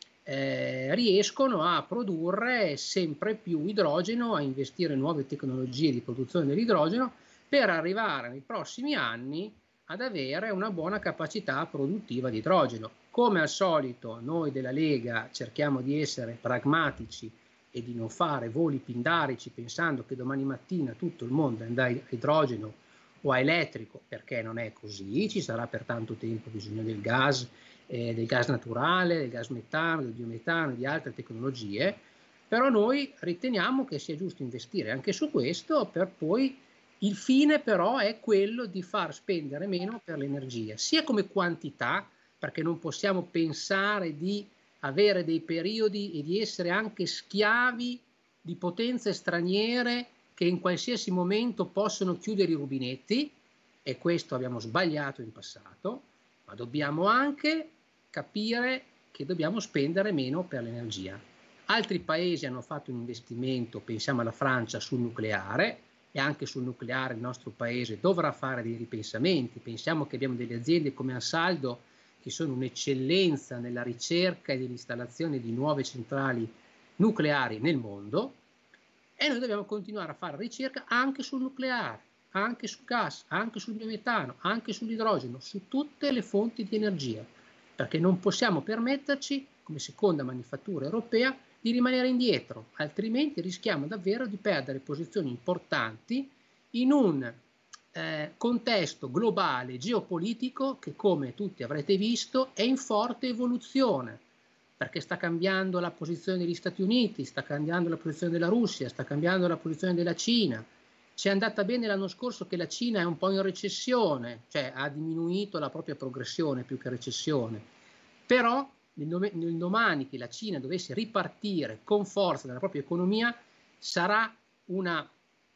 eh, riescono a produrre sempre più idrogeno, a investire in nuove tecnologie di produzione dell'idrogeno per arrivare nei prossimi anni ad avere una buona capacità produttiva di idrogeno. Come al solito noi della Lega cerchiamo di essere pragmatici e di non fare voli pindarici pensando che domani mattina tutto il mondo andrà a idrogeno o a elettrico, perché non è così, ci sarà per tanto tempo bisogno del gas, eh, del gas naturale, del gas metano, del biometano e di altre tecnologie, però noi riteniamo che sia giusto investire anche su questo, per poi il fine però è quello di far spendere meno per l'energia, sia come quantità, perché non possiamo pensare di avere dei periodi e di essere anche schiavi di potenze straniere che in qualsiasi momento possono chiudere i rubinetti, e questo abbiamo sbagliato in passato, ma dobbiamo anche capire che dobbiamo spendere meno per l'energia. Altri paesi hanno fatto un investimento, pensiamo alla Francia, sul nucleare, e anche sul nucleare il nostro paese dovrà fare dei ripensamenti. Pensiamo che abbiamo delle aziende come Ansaldo che sono un'eccellenza nella ricerca e nell'installazione di nuove centrali nucleari nel mondo, e noi dobbiamo continuare a fare ricerca anche sul nucleare, anche sul gas, anche sul biometano, anche sull'idrogeno, su tutte le fonti di energia, perché non possiamo permetterci, come seconda manifattura europea, di rimanere indietro, altrimenti rischiamo davvero di perdere posizioni importanti in un eh, contesto globale geopolitico che, come tutti avrete visto, è in forte evoluzione, perché sta cambiando la posizione degli Stati Uniti, sta cambiando la posizione della Russia, sta cambiando la posizione della Cina. Ci è andata bene l'anno scorso che la Cina è un po' in recessione, cioè ha diminuito la propria progressione più che recessione, però nel, nel domani che la Cina dovesse ripartire con forza dalla propria economia, sarà una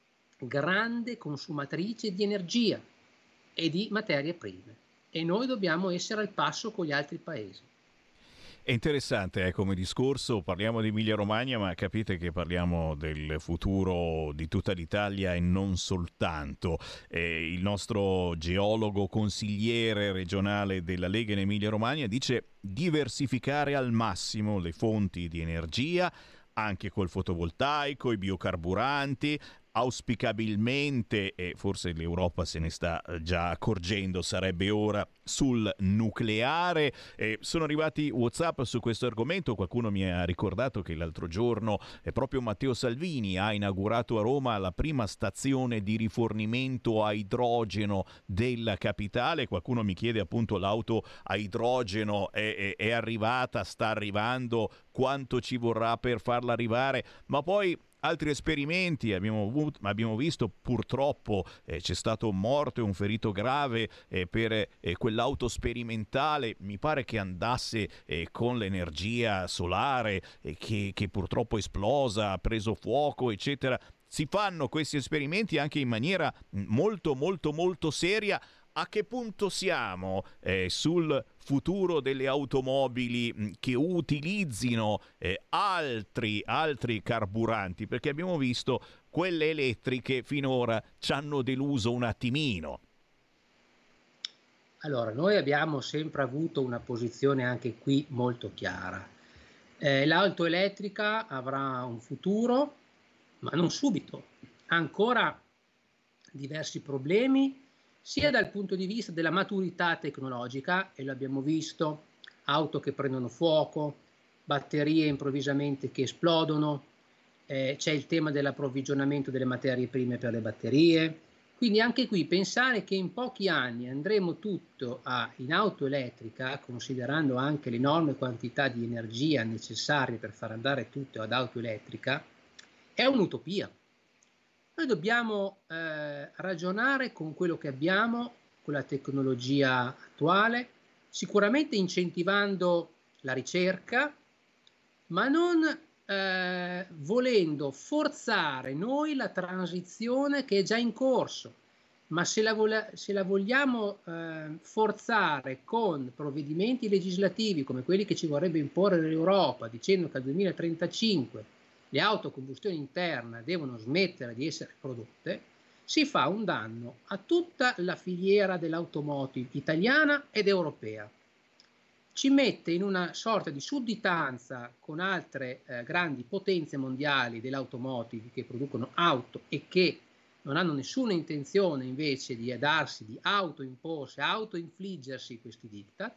grande consumatrice di energia e di materie prime, e noi dobbiamo essere al passo con gli altri paesi. È interessante eh, come discorso, parliamo di Emilia Romagna, ma capite che parliamo del futuro di tutta l'Italia e non soltanto. Eh, il nostro geologo consigliere regionale della Lega in Emilia Romagna dice diversificare al massimo le fonti di energia, anche col fotovoltaico, i biocarburanti. Auspicabilmente, e forse l'Europa se ne sta già accorgendo, sarebbe ora sul nucleare. Eh, sono arrivati WhatsApp su questo argomento, qualcuno mi ha ricordato che l'altro giorno eh, proprio Matteo Salvini ha inaugurato a Roma la prima stazione di rifornimento a idrogeno della capitale. Qualcuno mi chiede appunto l'auto a idrogeno è, è, è arrivata, sta arrivando, quanto ci vorrà per farla arrivare, ma poi altri esperimenti abbiamo, avuto, abbiamo visto purtroppo eh, c'è stato un morto e un ferito grave eh, per eh, quell'auto sperimentale, mi pare che andasse eh, con l'energia solare eh, che, che purtroppo è esplosa, ha preso fuoco eccetera. Si fanno questi esperimenti anche in maniera molto molto molto seria. A che punto siamo eh, sul futuro delle automobili mh, che utilizzino eh, altri, altri carburanti? Perché abbiamo visto quelle elettriche finora ci hanno deluso un attimino. Allora, noi abbiamo sempre avuto una posizione anche qui molto chiara. Eh, l'auto elettrica avrà un futuro, ma non subito. Ha ancora diversi problemi, sia dal punto di vista della maturità tecnologica, e lo abbiamo visto, auto che prendono fuoco, batterie improvvisamente che esplodono, eh, c'è il tema dell'approvvigionamento delle materie prime per le batterie, quindi anche qui pensare che in pochi anni andremo tutto a, in auto elettrica, considerando anche l'enorme quantità di energia necessaria per far andare tutto ad auto elettrica, è un'utopia. Noi dobbiamo eh, ragionare con quello che abbiamo, con la tecnologia attuale, sicuramente incentivando la ricerca, ma non eh, volendo forzare noi la transizione che è già in corso. Ma se la, vo- se la vogliamo eh, forzare con provvedimenti legislativi come quelli che ci vorrebbe imporre l'Europa, dicendo che al duemilatrentacinque le auto a combustione interna devono smettere di essere prodotte, si fa un danno a tutta la filiera dell'automotive italiana ed europea. Ci mette in una sorta di sudditanza con altre eh, grandi potenze mondiali dell'automotive che producono auto e che non hanno nessuna intenzione invece di darsi, di autoimporsi, autoinfliggersi questi diktat.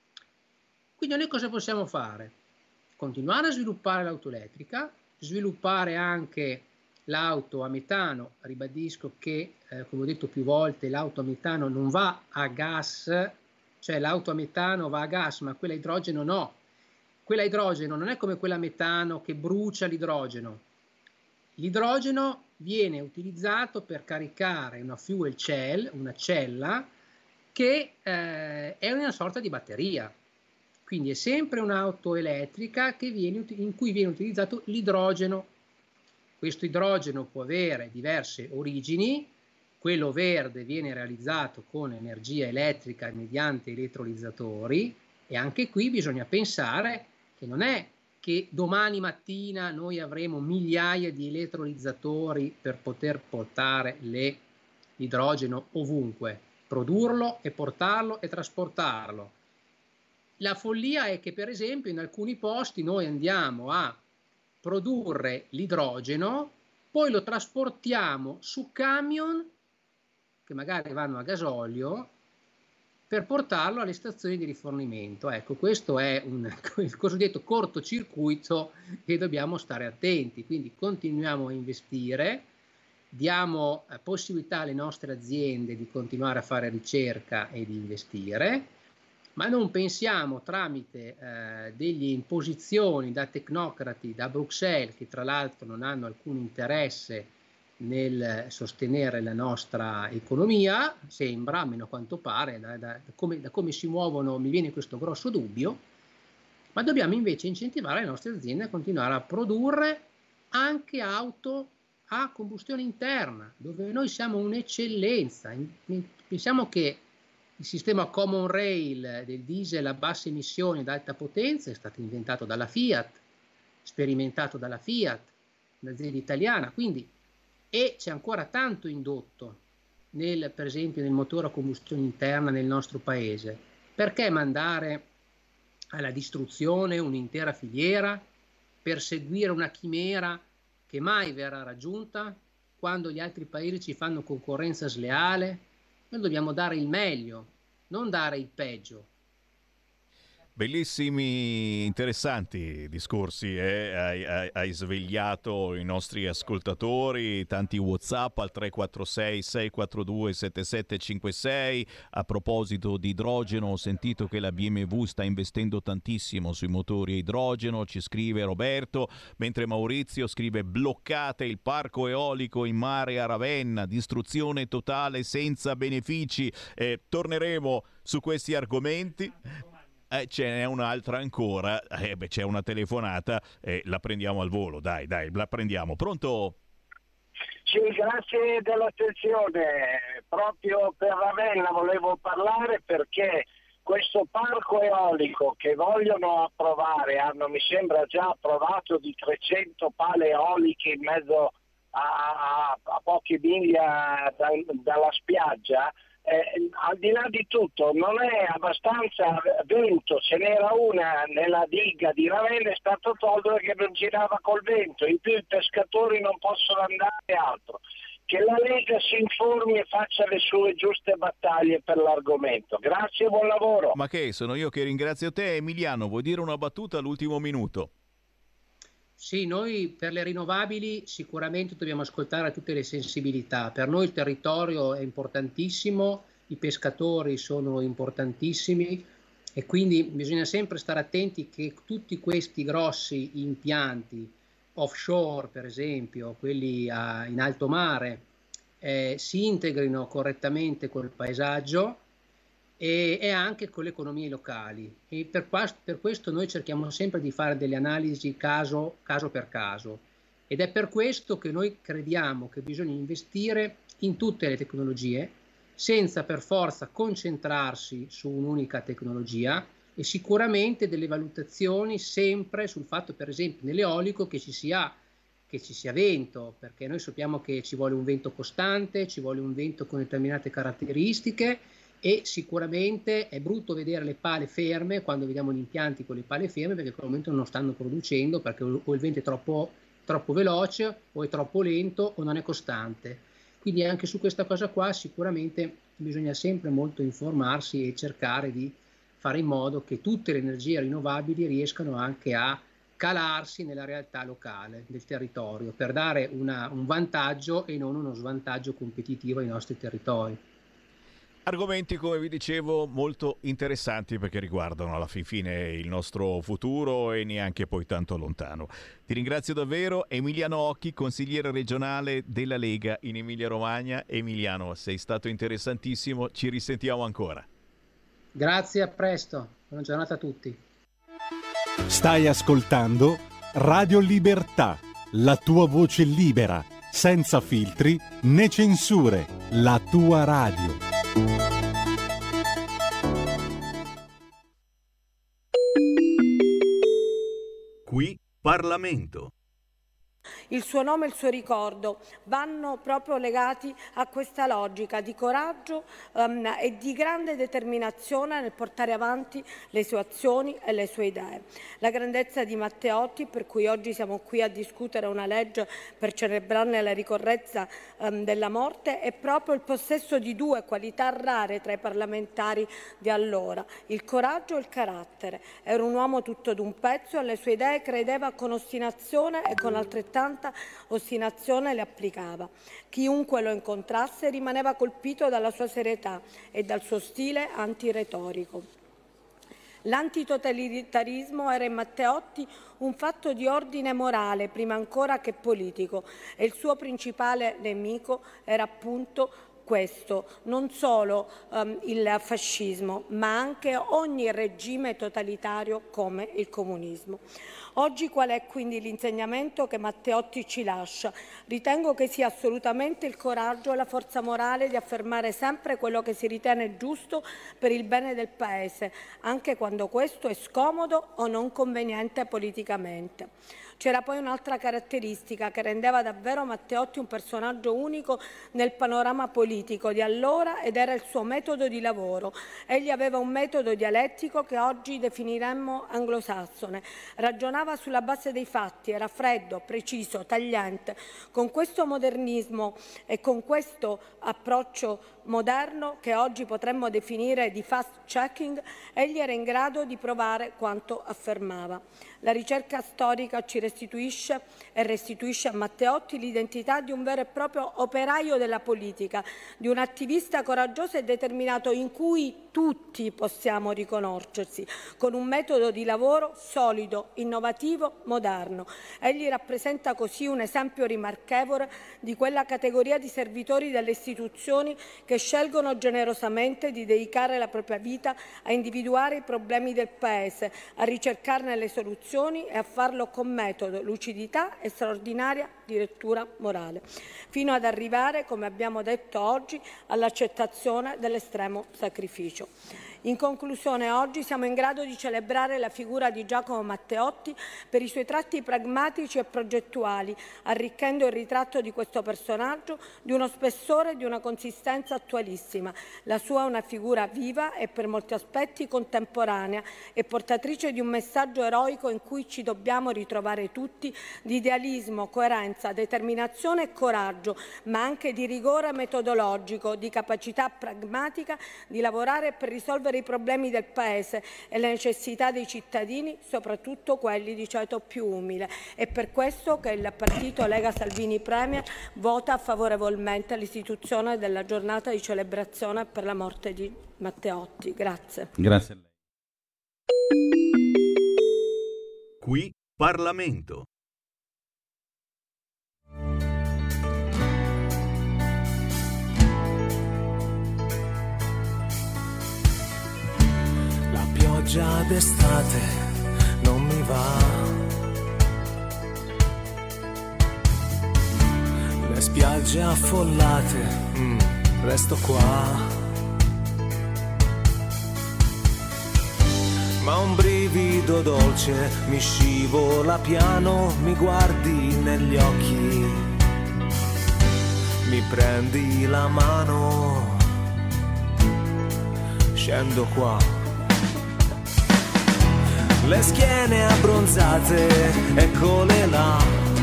Quindi noi cosa possiamo fare? Continuare a sviluppare l'auto elettrica, sviluppare anche l'auto a metano. Ribadisco che, eh, come ho detto più volte, l'auto a metano non va a gas, cioè l'auto a metano va a gas, ma quella a idrogeno no. Quella a idrogeno non è come quella a metano che brucia l'idrogeno. L'idrogeno viene utilizzato per caricare una fuel cell, una cella, che eh, è una sorta di batteria. Quindi è sempre un'auto elettrica che viene, in cui viene utilizzato l'idrogeno. Questo idrogeno può avere diverse origini, quello verde viene realizzato con energia elettrica mediante elettrolizzatori, e anche qui bisogna pensare che non è che domani mattina noi avremo migliaia di elettrolizzatori per poter portare le, l'idrogeno ovunque, produrlo e portarlo e trasportarlo. La follia è che, per esempio, in alcuni posti noi andiamo a produrre l'idrogeno, poi lo trasportiamo su camion che magari vanno a gasolio per portarlo alle stazioni di rifornimento. Ecco, questo è un, il cosiddetto cortocircuito e dobbiamo stare attenti. Quindi continuiamo a investire, diamo eh, possibilità alle nostre aziende di continuare a fare ricerca e di investire, ma non pensiamo tramite eh, delle imposizioni da tecnocrati da Bruxelles, che tra l'altro non hanno alcun interesse nel sostenere la nostra economia, sembra, almeno a quanto pare, da, da, da, come, da come si muovono mi viene questo grosso dubbio, ma dobbiamo invece incentivare le nostre aziende a continuare a produrre anche auto a combustione interna, dove noi siamo un'eccellenza. Pensiamo che Il sistema Common Rail del diesel a basse emissioni ad alta potenza è stato inventato dalla Fiat, sperimentato dalla Fiat, un'azienda italiana, quindi, e c'è ancora tanto indotto, nel, per esempio nel motore a combustione interna nel nostro paese. Perché mandare alla distruzione un'intera filiera per seguire una chimera che mai verrà raggiunta quando gli altri paesi ci fanno concorrenza sleale? Noi dobbiamo dare il meglio, non dare il peggio. Bellissimi, interessanti discorsi, eh? hai, hai, hai svegliato i nostri ascoltatori, tanti WhatsApp al tre quattro sei sei quattro due sette sette cinque sei. A proposito di idrogeno, ho sentito che la B M W sta investendo tantissimo sui motori a idrogeno, ci scrive Roberto, mentre Maurizio scrive: bloccate il parco eolico in mare a Ravenna, distruzione totale senza benefici. Eh, torneremo su questi argomenti. Eh, ce n'è un'altra ancora, eh, beh, c'è una telefonata, eh, la prendiamo al volo, dai, dai, la prendiamo. Pronto? Sì, grazie dell'attenzione. Proprio per Ravenna volevo parlare, perché questo parco eolico che vogliono approvare, hanno mi sembra già approvato, di trecento pale eoliche in mezzo a, a, a poche miglia da, dalla spiaggia. Eh, al di là di tutto non è abbastanza vento, ce n'era una nella diga di Ravenna, è stato tolto perché non girava col vento, in più i pescatori non possono andare e altro. Che la Lega si informi e faccia le sue giuste battaglie per l'argomento. Grazie e buon lavoro. Ma che, sono io che ringrazio te. Emiliano, vuoi dire una battuta all'ultimo minuto? Sì, noi per le rinnovabili sicuramente dobbiamo ascoltare tutte le sensibilità. Per noi il territorio è importantissimo, i pescatori sono importantissimi e quindi bisogna sempre stare attenti che tutti questi grossi impianti offshore, per esempio, quelli a, in alto mare, eh, si integrino correttamente col paesaggio e, e anche con le economie locali. E per, per questo noi cerchiamo sempre di fare delle analisi caso, caso per caso, ed è per questo che noi crediamo che bisogna investire in tutte le tecnologie senza per forza concentrarsi su un'unica tecnologia, e sicuramente delle valutazioni sempre sul fatto, per esempio nell'eolico, che ci sia che ci sia vento, perché noi sappiamo che ci vuole un vento costante, ci vuole un vento con determinate caratteristiche, e sicuramente è brutto vedere le pale ferme quando vediamo gli impianti con le pale ferme, perché in quel momento non stanno producendo, perché o il vento è troppo, troppo veloce o è troppo lento o non è costante. Quindi anche su questa cosa qua sicuramente bisogna sempre molto informarsi e cercare di fare in modo che tutte le energie rinnovabili riescano anche a calarsi nella realtà locale del territorio, per dare una, un vantaggio e non uno svantaggio competitivo ai nostri territori. Argomenti, come vi dicevo, molto interessanti, perché riguardano alla fin fine il nostro futuro e neanche poi tanto lontano. Ti ringrazio davvero. Emiliano Occhi, consigliere regionale della Lega in Emilia Romagna. Emiliano, sei stato interessantissimo, ci risentiamo ancora. Grazie, a presto, buona giornata a tutti. Stai ascoltando Radio Libertà, la tua voce libera, senza filtri né censure, la tua radio. Qui Parlamento. Il suo nome e il suo ricordo vanno proprio legati a questa logica di coraggio um, e di grande determinazione nel portare avanti le sue azioni e le sue idee. La grandezza di Matteotti, per cui oggi siamo qui a discutere una legge per celebrarne la ricorrenza um, della morte, è proprio il possesso di due qualità rare tra i parlamentari di allora, il coraggio e il carattere. Era un uomo tutto d'un pezzo e alle sue idee credeva con ostinazione e con altrettanta ostinazione le applicava. Chiunque lo incontrasse rimaneva colpito dalla sua serietà e dal suo stile antiretorico. L'antitotalitarismo era in Matteotti un fatto di ordine morale prima ancora che politico, e il suo principale nemico era appunto questo, non solo um, il fascismo, ma anche ogni regime totalitario come il comunismo. Oggi qual è quindi l'insegnamento che Matteotti ci lascia? Ritengo che sia assolutamente il coraggio e la forza morale di affermare sempre quello che si ritiene giusto per il bene del Paese, anche quando questo è scomodo o non conveniente politicamente. C'era poi un'altra caratteristica che rendeva davvero Matteotti un personaggio unico nel panorama politico di allora ed era il suo metodo di lavoro. Egli aveva un metodo dialettico che oggi definiremmo anglosassone. Ragionava sulla base dei fatti, era freddo, preciso, tagliente. Con questo modernismo e con questo approccio moderno, che oggi potremmo definire di fast-checking, egli era in grado di provare quanto affermava. La ricerca storica ci restituisce e restituisce a Matteotti l'identità di un vero e proprio operaio della politica, di un attivista coraggioso e determinato in cui tutti possiamo riconoscersi, con un metodo di lavoro solido, innovativo, moderno. Egli rappresenta così un esempio rimarchevole di quella categoria di servitori delle istituzioni che scelgono generosamente di dedicare la propria vita a individuare i problemi del Paese, a ricercarne le soluzioni e a farlo con metodo, lucidità e straordinaria direttura morale, fino ad arrivare, come abbiamo detto oggi, all'accettazione dell'estremo sacrificio. In conclusione, oggi siamo in grado di celebrare la figura di Giacomo Matteotti per i suoi tratti pragmatici e progettuali, arricchendo il ritratto di questo personaggio di uno spessore e di una consistenza attualissima. La sua è una figura viva e per molti aspetti contemporanea e portatrice di un messaggio eroico in cui ci dobbiamo ritrovare tutti, di idealismo, coerenza, determinazione e coraggio, ma anche di rigore metodologico, di capacità pragmatica di lavorare per risolvere i problemi del Paese e le necessità dei cittadini, soprattutto quelli di ceto più umile. È per questo che il partito Lega Salvini Premier vota favorevolmente all'istituzione della giornata di celebrazione per la morte di Matteotti. Grazie. Grazie a lei. Qui Parlamento. Già d'estate non mi va, le spiagge affollate, mm, resto qua, ma un brivido dolce mi scivola piano, mi guardi negli occhi, mi prendi la mano, scendo qua. Le schiene abbronzate, eccole là.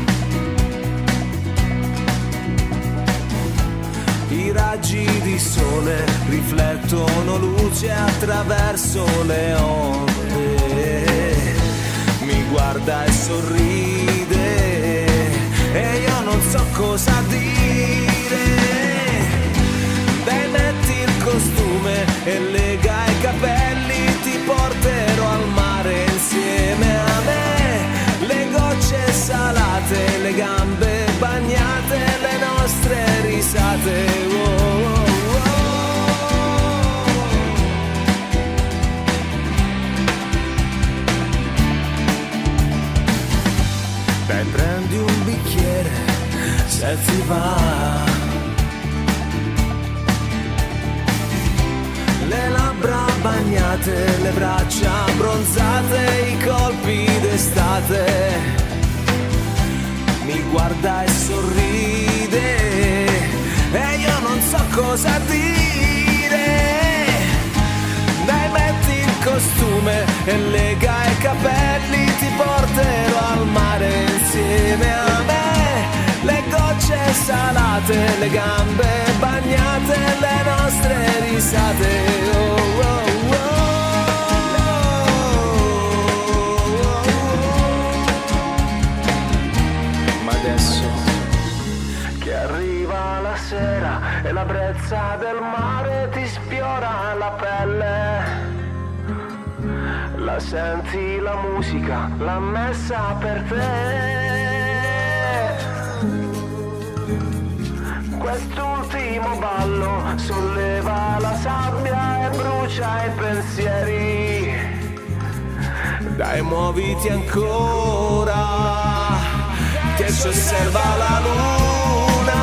I raggi di sole riflettono luce attraverso le onde. Mi guarda e sorride e io non so cosa dire. Dai, metti il costume e lega i capelli, ti porterò al mare insieme a me. Le gocce salate, le gambe bagnate, le nostre risate. Oh, oh, oh. Dai, prendi un bicchiere se ti va. Le labbra bagnate, le braccia abbronzate, i colpi d'estate. Mi guarda e sorride e io non so cosa dire. Dai, metti il costume e lega i capelli, ti porterò al mare insieme a me. Le gocce salate, le gambe bagnate, le nostre risate. Oh, oh, oh, oh, oh. Ma adesso che arriva la sera e la brezza del mare ti sfiora la pelle, la senti la musica, l'ha messa per te. quest'ultimo ballo solleva la sabbia e brucia i pensieri. Dai, muoviti ancora, che ci osserva la luna.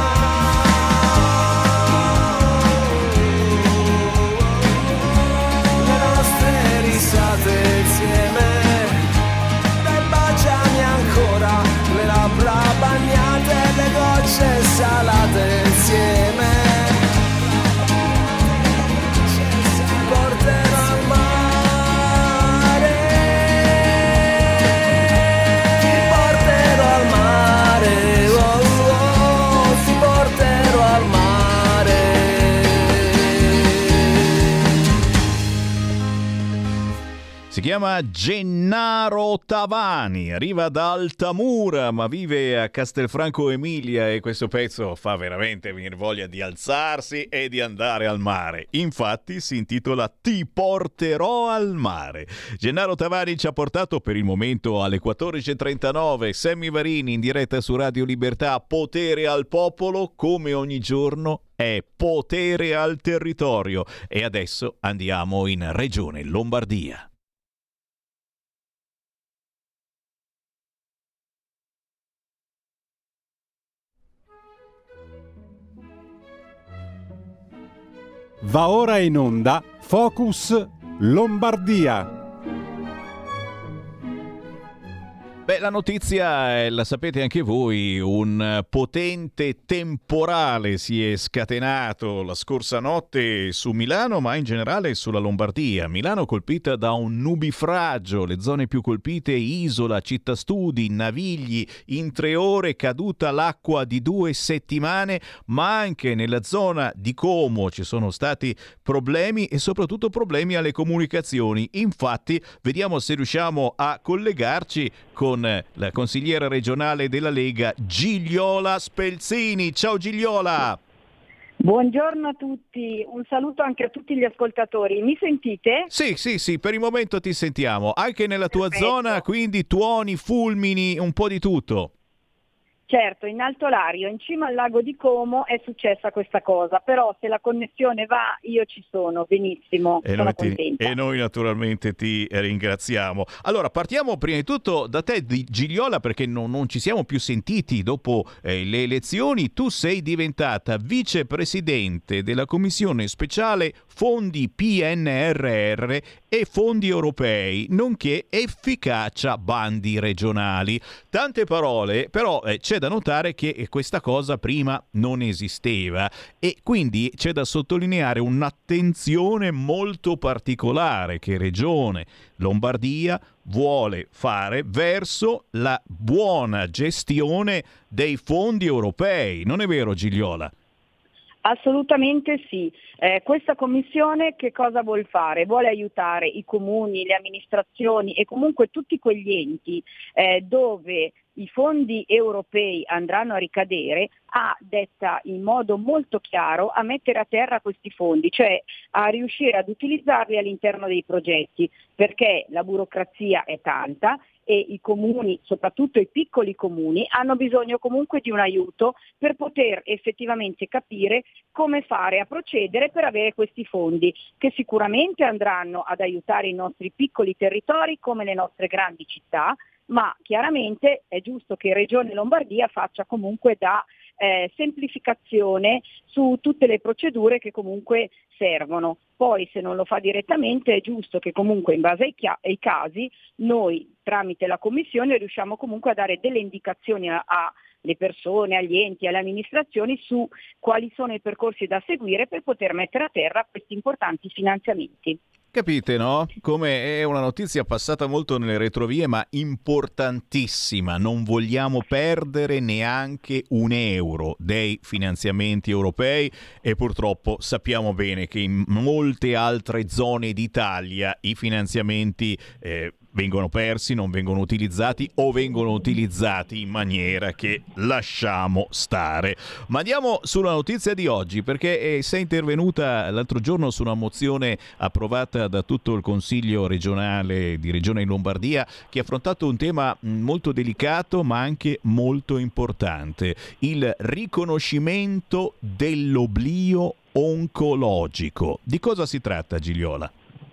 Le nostre risate insieme, dai, baciami ancora, le labbra bagnate, le gocce salate insieme. Ti porterò al mare, ti porterò al mare, oh, oh, ti porterò al mare. Si chiama Gennaro Tavani, arriva da Altamura ma vive a Castelfranco Emilia e questo pezzo fa veramente venire voglia di alzarsi e di andare al mare. Infatti si intitola Ti porterò al mare. Gennaro Tavani ci ha portato per il momento alle quattordici e trentanove Sammy Varini in diretta su Radio Libertà. Potere al popolo, come ogni giorno è potere al territorio. E adesso andiamo in Regione Lombardia. Va ora in onda Focus Lombardia. Beh, la notizia, eh, la sapete anche voi, un potente temporale si è scatenato la scorsa notte su Milano, ma in generale sulla Lombardia. Milano colpita da un nubifragio, le zone più colpite Isola, Città Studi, Navigli, in tre ore caduta l'acqua di due settimane, ma anche nella zona di Como ci sono stati problemi e soprattutto problemi alle comunicazioni. Infatti, vediamo se riusciamo a collegarci con la consigliera regionale della Lega Gigliola Spelzini. Ciao Gigliola! Buongiorno a tutti, un saluto anche a tutti gli ascoltatori. Mi sentite? Sì, sì, sì, per il momento ti sentiamo. Anche nella tua Perfetto. zona, quindi tuoni, fulmini, un po' di tutto. Certo, in Alto Lario, in cima al lago di Como è successa questa cosa, però se la connessione va io ci sono, benissimo, E sono noi, ti- contenta. e noi naturalmente ti ringraziamo. Allora, partiamo prima di tutto da te, di Gigliola, perché non, non ci siamo più sentiti dopo eh, le elezioni. Tu sei diventata vicepresidente della Commissione Speciale Fondi P N R R e Fondi Europei, nonché Efficacia Bandi Regionali. Tante parole, però eh, c'è da notare che questa cosa prima non esisteva e quindi c'è da sottolineare un'attenzione molto particolare che Regione Lombardia vuole fare verso la buona gestione dei fondi europei. Non è vero, Gigliola? Assolutamente sì. Eh, questa commissione che cosa vuol fare? Vuole aiutare i comuni, le amministrazioni e comunque tutti quegli enti eh, dove i fondi europei andranno a ricadere, a, detta in modo molto chiaro, a mettere a terra questi fondi, cioè a riuscire ad utilizzarli all'interno dei progetti, perché la burocrazia è tanta e i comuni, soprattutto i piccoli comuni, hanno bisogno comunque di un aiuto per poter effettivamente capire come fare a procedere per avere questi fondi, che sicuramente andranno ad aiutare i nostri piccoli territori come le nostre grandi città, ma chiaramente è giusto che Regione Lombardia faccia comunque da eh, semplificazione su tutte le procedure che comunque servono. Poi se non lo fa direttamente è giusto che comunque in base ai, chia- ai casi noi tramite la Commissione riusciamo comunque a dare delle indicazioni a, a le persone, agli enti, alle amministrazioni su quali sono i percorsi da seguire per poter mettere a terra questi importanti finanziamenti. Capite, no? Come è una notizia passata molto nelle retrovie, ma importantissima. Non vogliamo perdere neanche un euro dei finanziamenti europei e purtroppo sappiamo bene che in molte altre zone d'Italia i finanziamenti eh, vengono persi, non vengono utilizzati o vengono utilizzati in maniera che lasciamo stare. Ma andiamo sulla notizia di oggi, perché sei intervenuta l'altro giorno su una mozione approvata da tutto il Consiglio regionale di Regione Lombardia, che ha affrontato un tema molto delicato ma anche molto importante: il riconoscimento dell'oblio oncologico. Di cosa si tratta, Gigliola?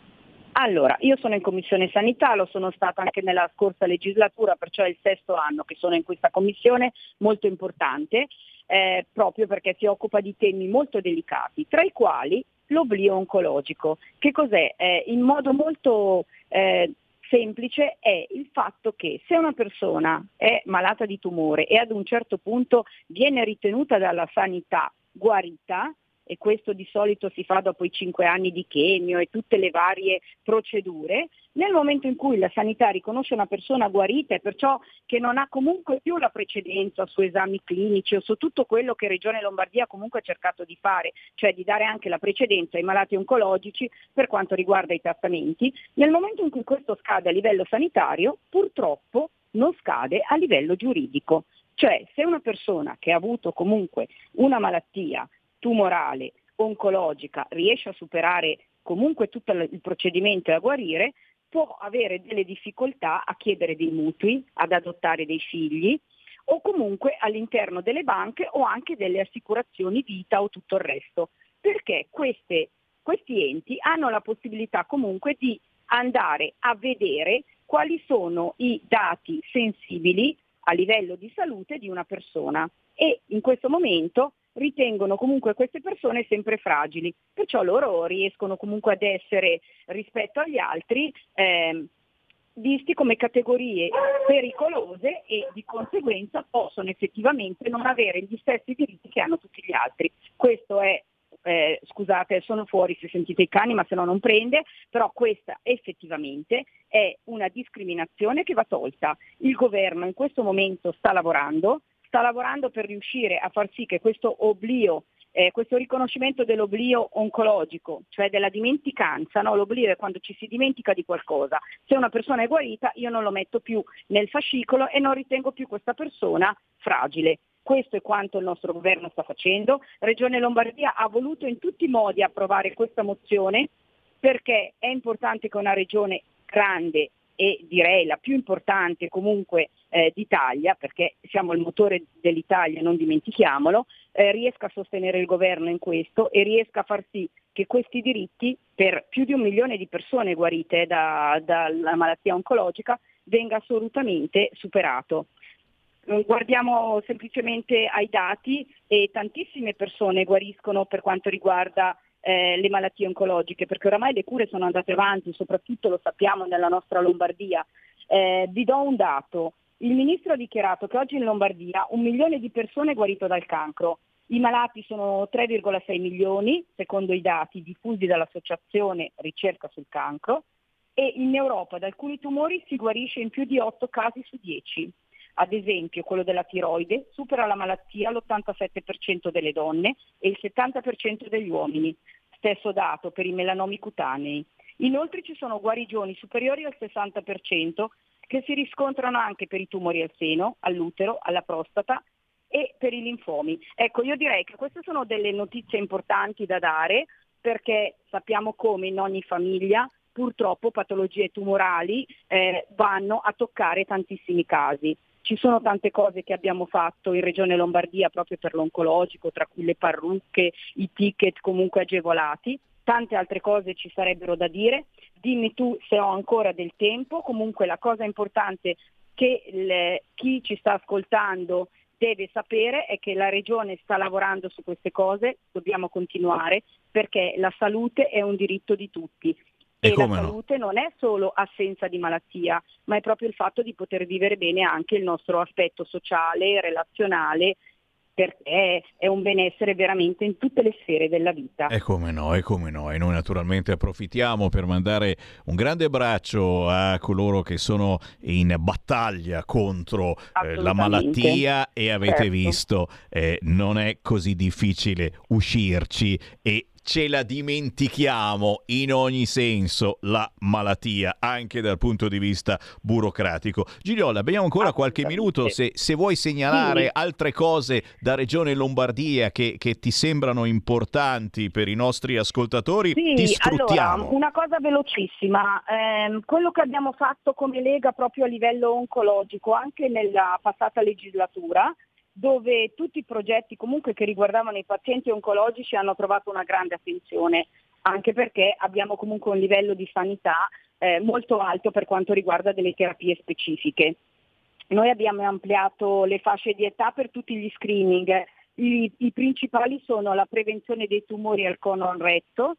Allora, io sono in Commissione Sanità, lo sono stata anche nella scorsa legislatura, perciò è il sesto anno che sono in questa commissione, molto importante, eh, proprio perché si occupa di temi molto delicati, tra i quali l'oblio oncologico. Che cos'è? Eh, in modo molto eh, semplice è il fatto che se una persona è malata di tumore e ad un certo punto viene ritenuta dalla sanità guarita, e questo di solito si fa dopo i cinque anni di chemio e tutte le varie procedure, nel momento in cui la sanità riconosce una persona guarita e perciò che non ha comunque più la precedenza su esami clinici o su tutto quello che Regione Lombardia comunque ha cercato di fare, cioè di dare anche la precedenza ai malati oncologici per quanto riguarda i trattamenti, nel momento in cui questo scade a livello sanitario, purtroppo non scade a livello giuridico. Cioè, se una persona che ha avuto comunque una malattia tumorale, oncologica, riesce a superare comunque tutto il procedimento e a guarire, può avere delle difficoltà a chiedere dei mutui, ad adottare dei figli o comunque all'interno delle banche o anche delle assicurazioni vita o tutto il resto, perché queste, questi enti hanno la possibilità comunque di andare a vedere quali sono i dati sensibili a livello di salute di una persona e in questo momento ritengono comunque queste persone sempre fragili, perciò loro riescono comunque ad essere rispetto agli altri eh, visti come categorie pericolose e di conseguenza possono effettivamente non avere gli stessi diritti che hanno tutti gli altri. Questo è, eh, scusate, sono fuori se sentite i cani, ma se no non prende, però questa effettivamente è una discriminazione che va tolta. Il governo in questo momento sta lavorando, sta lavorando per riuscire a far sì che questo oblio, eh, questo riconoscimento dell'oblio oncologico, cioè della dimenticanza, no? L'oblio è quando ci si dimentica di qualcosa. Se una persona è guarita io non lo metto più nel fascicolo e non ritengo più questa persona fragile. Questo è quanto il nostro governo sta facendo. Regione Lombardia ha voluto in tutti i modi approvare questa mozione perché è importante che una regione grande e direi la più importante comunque eh, d'Italia, perché siamo il motore dell'Italia, non dimentichiamolo, eh, riesca a sostenere il governo in questo e riesca a far sì che questi diritti per più di un milione di persone guarite da, dalla malattia oncologica venga assolutamente superato. Guardiamo semplicemente ai dati e tantissime persone guariscono per quanto riguarda Eh, le malattie oncologiche, perché oramai le cure sono andate avanti, soprattutto lo sappiamo nella nostra Lombardia. Eh, vi do un dato, il ministro ha dichiarato che oggi in Lombardia un milione di persone è guarito dal cancro, i malati sono tre virgola sei milioni, secondo i dati diffusi dall'associazione Ricerca sul Cancro, e in Europa da alcuni tumori si guarisce in più di otto casi su dieci. Ad esempio quello della tiroide supera la malattia l'ottantasette per cento delle donne e il settanta per cento degli uomini, stesso dato per i melanomi cutanei. Inoltre ci sono guarigioni superiori al sessanta per cento che si riscontrano anche per i tumori al seno, all'utero, alla prostata e per i linfomi. Ecco, io direi che queste sono delle notizie importanti da dare perché sappiamo come in ogni famiglia purtroppo patologie tumorali eh, vanno a toccare tantissimi casi. Ci sono tante cose che abbiamo fatto in Regione Lombardia proprio per l'oncologico, tra cui le parrucche, i ticket comunque agevolati, tante altre cose ci sarebbero da dire. Dimmi tu se ho ancora del tempo, comunque la cosa importante che le, chi ci sta ascoltando deve sapere è che la Regione sta lavorando su queste cose, dobbiamo continuare perché la salute è un diritto di tutti. E, e la salute no? non è solo assenza di malattia, ma è proprio il fatto di poter vivere bene anche il nostro aspetto sociale, relazionale, perché è un benessere veramente in tutte le sfere della vita. E come no, e come no. E noi naturalmente approfittiamo per mandare un grande abbraccio a coloro che sono in battaglia contro eh, la malattia e avete certo. visto, eh, non è così difficile uscirci e ce la dimentichiamo in ogni senso la malattia, anche dal punto di vista burocratico. Gigliola, abbiamo ancora qualche minuto, se, se vuoi segnalare sì. altre cose da Regione Lombardia che, che ti sembrano importanti per i nostri ascoltatori, sì, ti sfruttiamo. Allora, una cosa velocissima, ehm, quello che abbiamo fatto come Lega proprio a livello oncologico anche nella passata legislatura, dove tutti i progetti comunque che riguardavano i pazienti oncologici hanno trovato una grande attenzione, anche perché abbiamo comunque un livello di sanità eh, molto alto per quanto riguarda delle terapie specifiche. Noi abbiamo ampliato le fasce di età per tutti gli screening, I, i principali sono la prevenzione dei tumori al colon retto,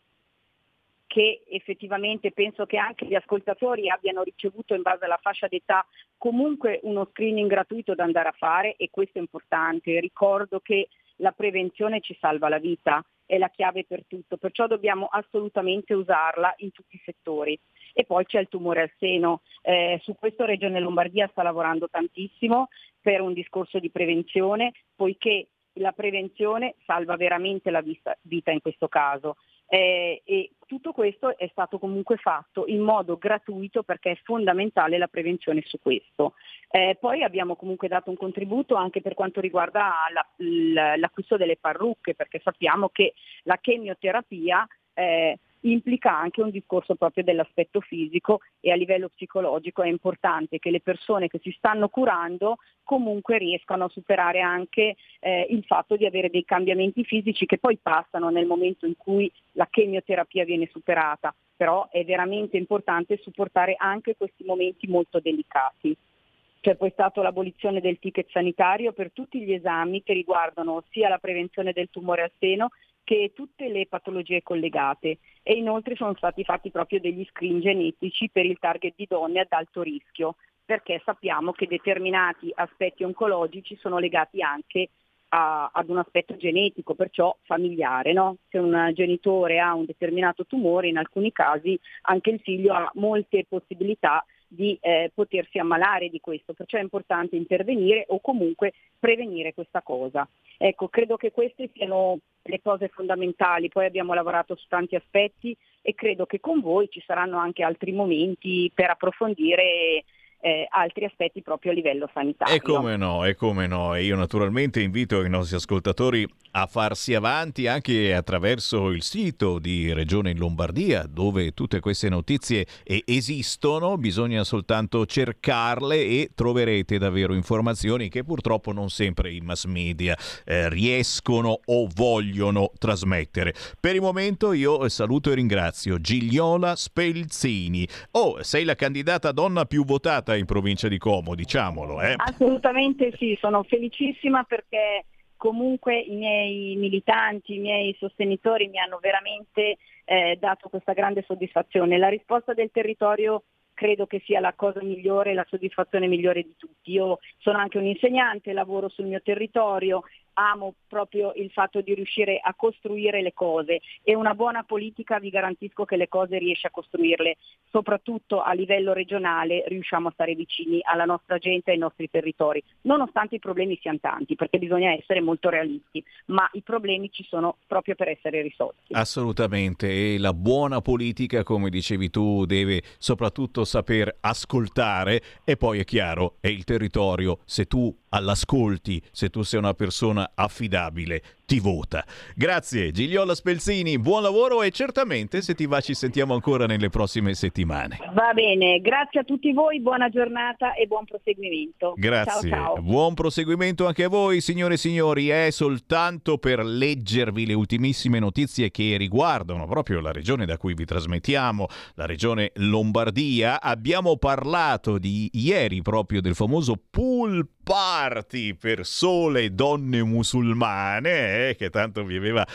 che effettivamente penso che anche gli ascoltatori abbiano ricevuto in base alla fascia d'età comunque uno screening gratuito da andare a fare, e questo è importante. Ricordo che la prevenzione ci salva la vita, è la chiave per tutto, perciò dobbiamo assolutamente usarla in tutti i settori. E poi c'è il tumore al seno, eh, su questo Regione Lombardia sta lavorando tantissimo per un discorso di prevenzione, poiché la prevenzione salva veramente la vita, vita in questo caso. Eh, e tutto questo è stato comunque fatto in modo gratuito, perché è fondamentale la prevenzione su questo. Eh, poi abbiamo comunque dato un contributo anche per quanto riguarda la, l'acquisto delle parrucche, perché sappiamo che la chemioterapia eh, implica anche un discorso proprio dell'aspetto fisico, e a livello psicologico è importante che le persone che si stanno curando comunque riescano a superare anche eh, il fatto di avere dei cambiamenti fisici che poi passano nel momento in cui la chemioterapia viene superata, però è veramente importante supportare anche questi momenti molto delicati. C'è poi stata l'abolizione del ticket sanitario per tutti gli esami che riguardano sia la prevenzione del tumore al seno che tutte le patologie collegate, e inoltre sono stati fatti proprio degli screen genetici per il target di donne ad alto rischio, perché sappiamo che determinati aspetti oncologici sono legati anche a, ad un aspetto genetico, perciò familiare, no? Se un genitore ha un determinato tumore, in alcuni casi anche il figlio ha molte possibilità di eh, potersi ammalare di questo, perciò è importante intervenire o comunque prevenire questa cosa. Ecco, credo che queste siano le cose fondamentali. Poi abbiamo lavorato su tanti aspetti e credo che con voi ci saranno anche altri momenti per approfondire Eh, altri aspetti proprio a livello sanitario. E come no, e come no. E io naturalmente invito i nostri ascoltatori a farsi avanti anche attraverso il sito di Regione Lombardia, dove tutte queste notizie esistono, bisogna soltanto cercarle e troverete davvero informazioni che purtroppo non sempre i mass media eh, riescono o vogliono trasmettere. Per il momento io saluto e ringrazio Gigliola Spelzini. Oh, sei la candidata donna più votata in provincia di Como, diciamolo. Eh? Assolutamente sì, sono felicissima perché comunque i miei militanti, i miei sostenitori mi hanno veramente eh, dato questa grande soddisfazione. La risposta del territorio credo che sia la cosa migliore, la soddisfazione migliore di tutti. Io sono anche un insegnante, lavoro sul mio territorio, amo proprio il fatto di riuscire a costruire le cose, e una buona politica vi garantisco che le cose riesce a costruirle, soprattutto a livello regionale riusciamo a stare vicini alla nostra gente e ai nostri territori, nonostante i problemi siano tanti, perché bisogna essere molto realisti, ma i problemi ci sono proprio per essere risolti. Assolutamente, e la buona politica, come dicevi tu, deve soprattutto saper ascoltare, e poi è chiaro, è il territorio, se tu all'ascolti, se tu sei una persona affidabile, ti vota. Grazie Gigliola Spelzini, buon lavoro, e certamente se ti va ci sentiamo ancora nelle prossime settimane. Va bene, grazie a tutti voi, buona giornata e buon proseguimento. Grazie, ciao, ciao. Buon proseguimento anche a voi, signore e signori. È soltanto per leggervi le ultimissime notizie che riguardano proprio la regione da cui vi trasmettiamo, la regione Lombardia. Abbiamo parlato di ieri proprio del famoso pool party per sole donne musulmane, eh, che tanto vi aveva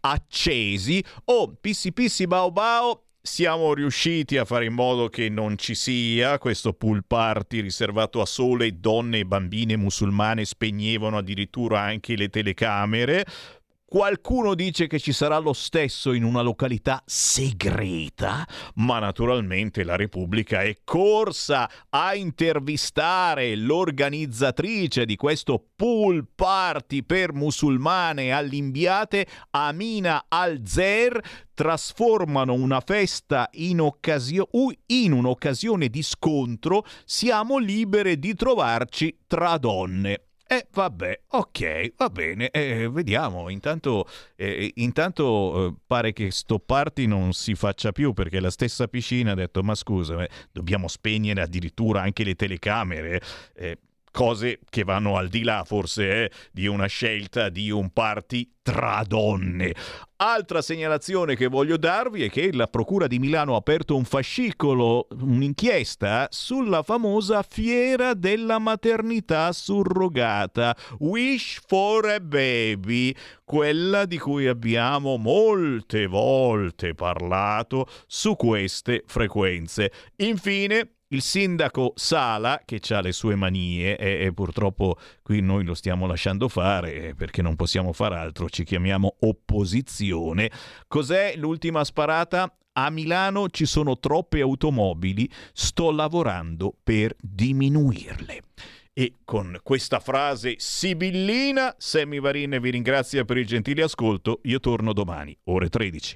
accesi. Oh, pissi pissi bao bao, siamo riusciti a fare in modo che non ci sia questo pool party riservato a sole donne e bambine musulmane, spegnevano addirittura anche le telecamere. Qualcuno dice che ci sarà lo stesso in una località segreta, ma naturalmente la Repubblica è corsa a intervistare l'organizzatrice di questo pool party per musulmane all'Imbiate, Amina Al-Zer. Trasformano una festa in, occasio- in un'occasione di scontro, siamo libere di trovarci tra donne. E eh, vabbè, ok, va bene, eh, vediamo, intanto, eh, intanto eh, pare che sto party non si faccia più, perché la stessa piscina ha detto, ma scusa, eh, dobbiamo spegnere addirittura anche le telecamere, eh, cose che vanno al di là forse eh, di una scelta di un party tra donne. Altra segnalazione che voglio darvi è che la Procura di Milano ha aperto un fascicolo, un'inchiesta sulla famosa fiera della maternità surrogata, Wish for a Baby, quella di cui abbiamo molte volte parlato su queste frequenze. Infine, il sindaco Sala, che ha le sue manie e, e purtroppo qui noi lo stiamo lasciando fare perché non possiamo far altro, ci chiamiamo opposizione. Cos'è l'ultima sparata? A Milano ci sono troppe automobili, sto lavorando per diminuirle. E con questa frase sibillina, Sammy Varin vi ringrazia per il gentile ascolto. Io torno domani, ore tredici.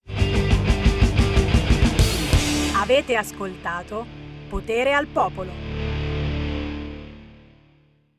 Avete ascoltato Potere al Popolo.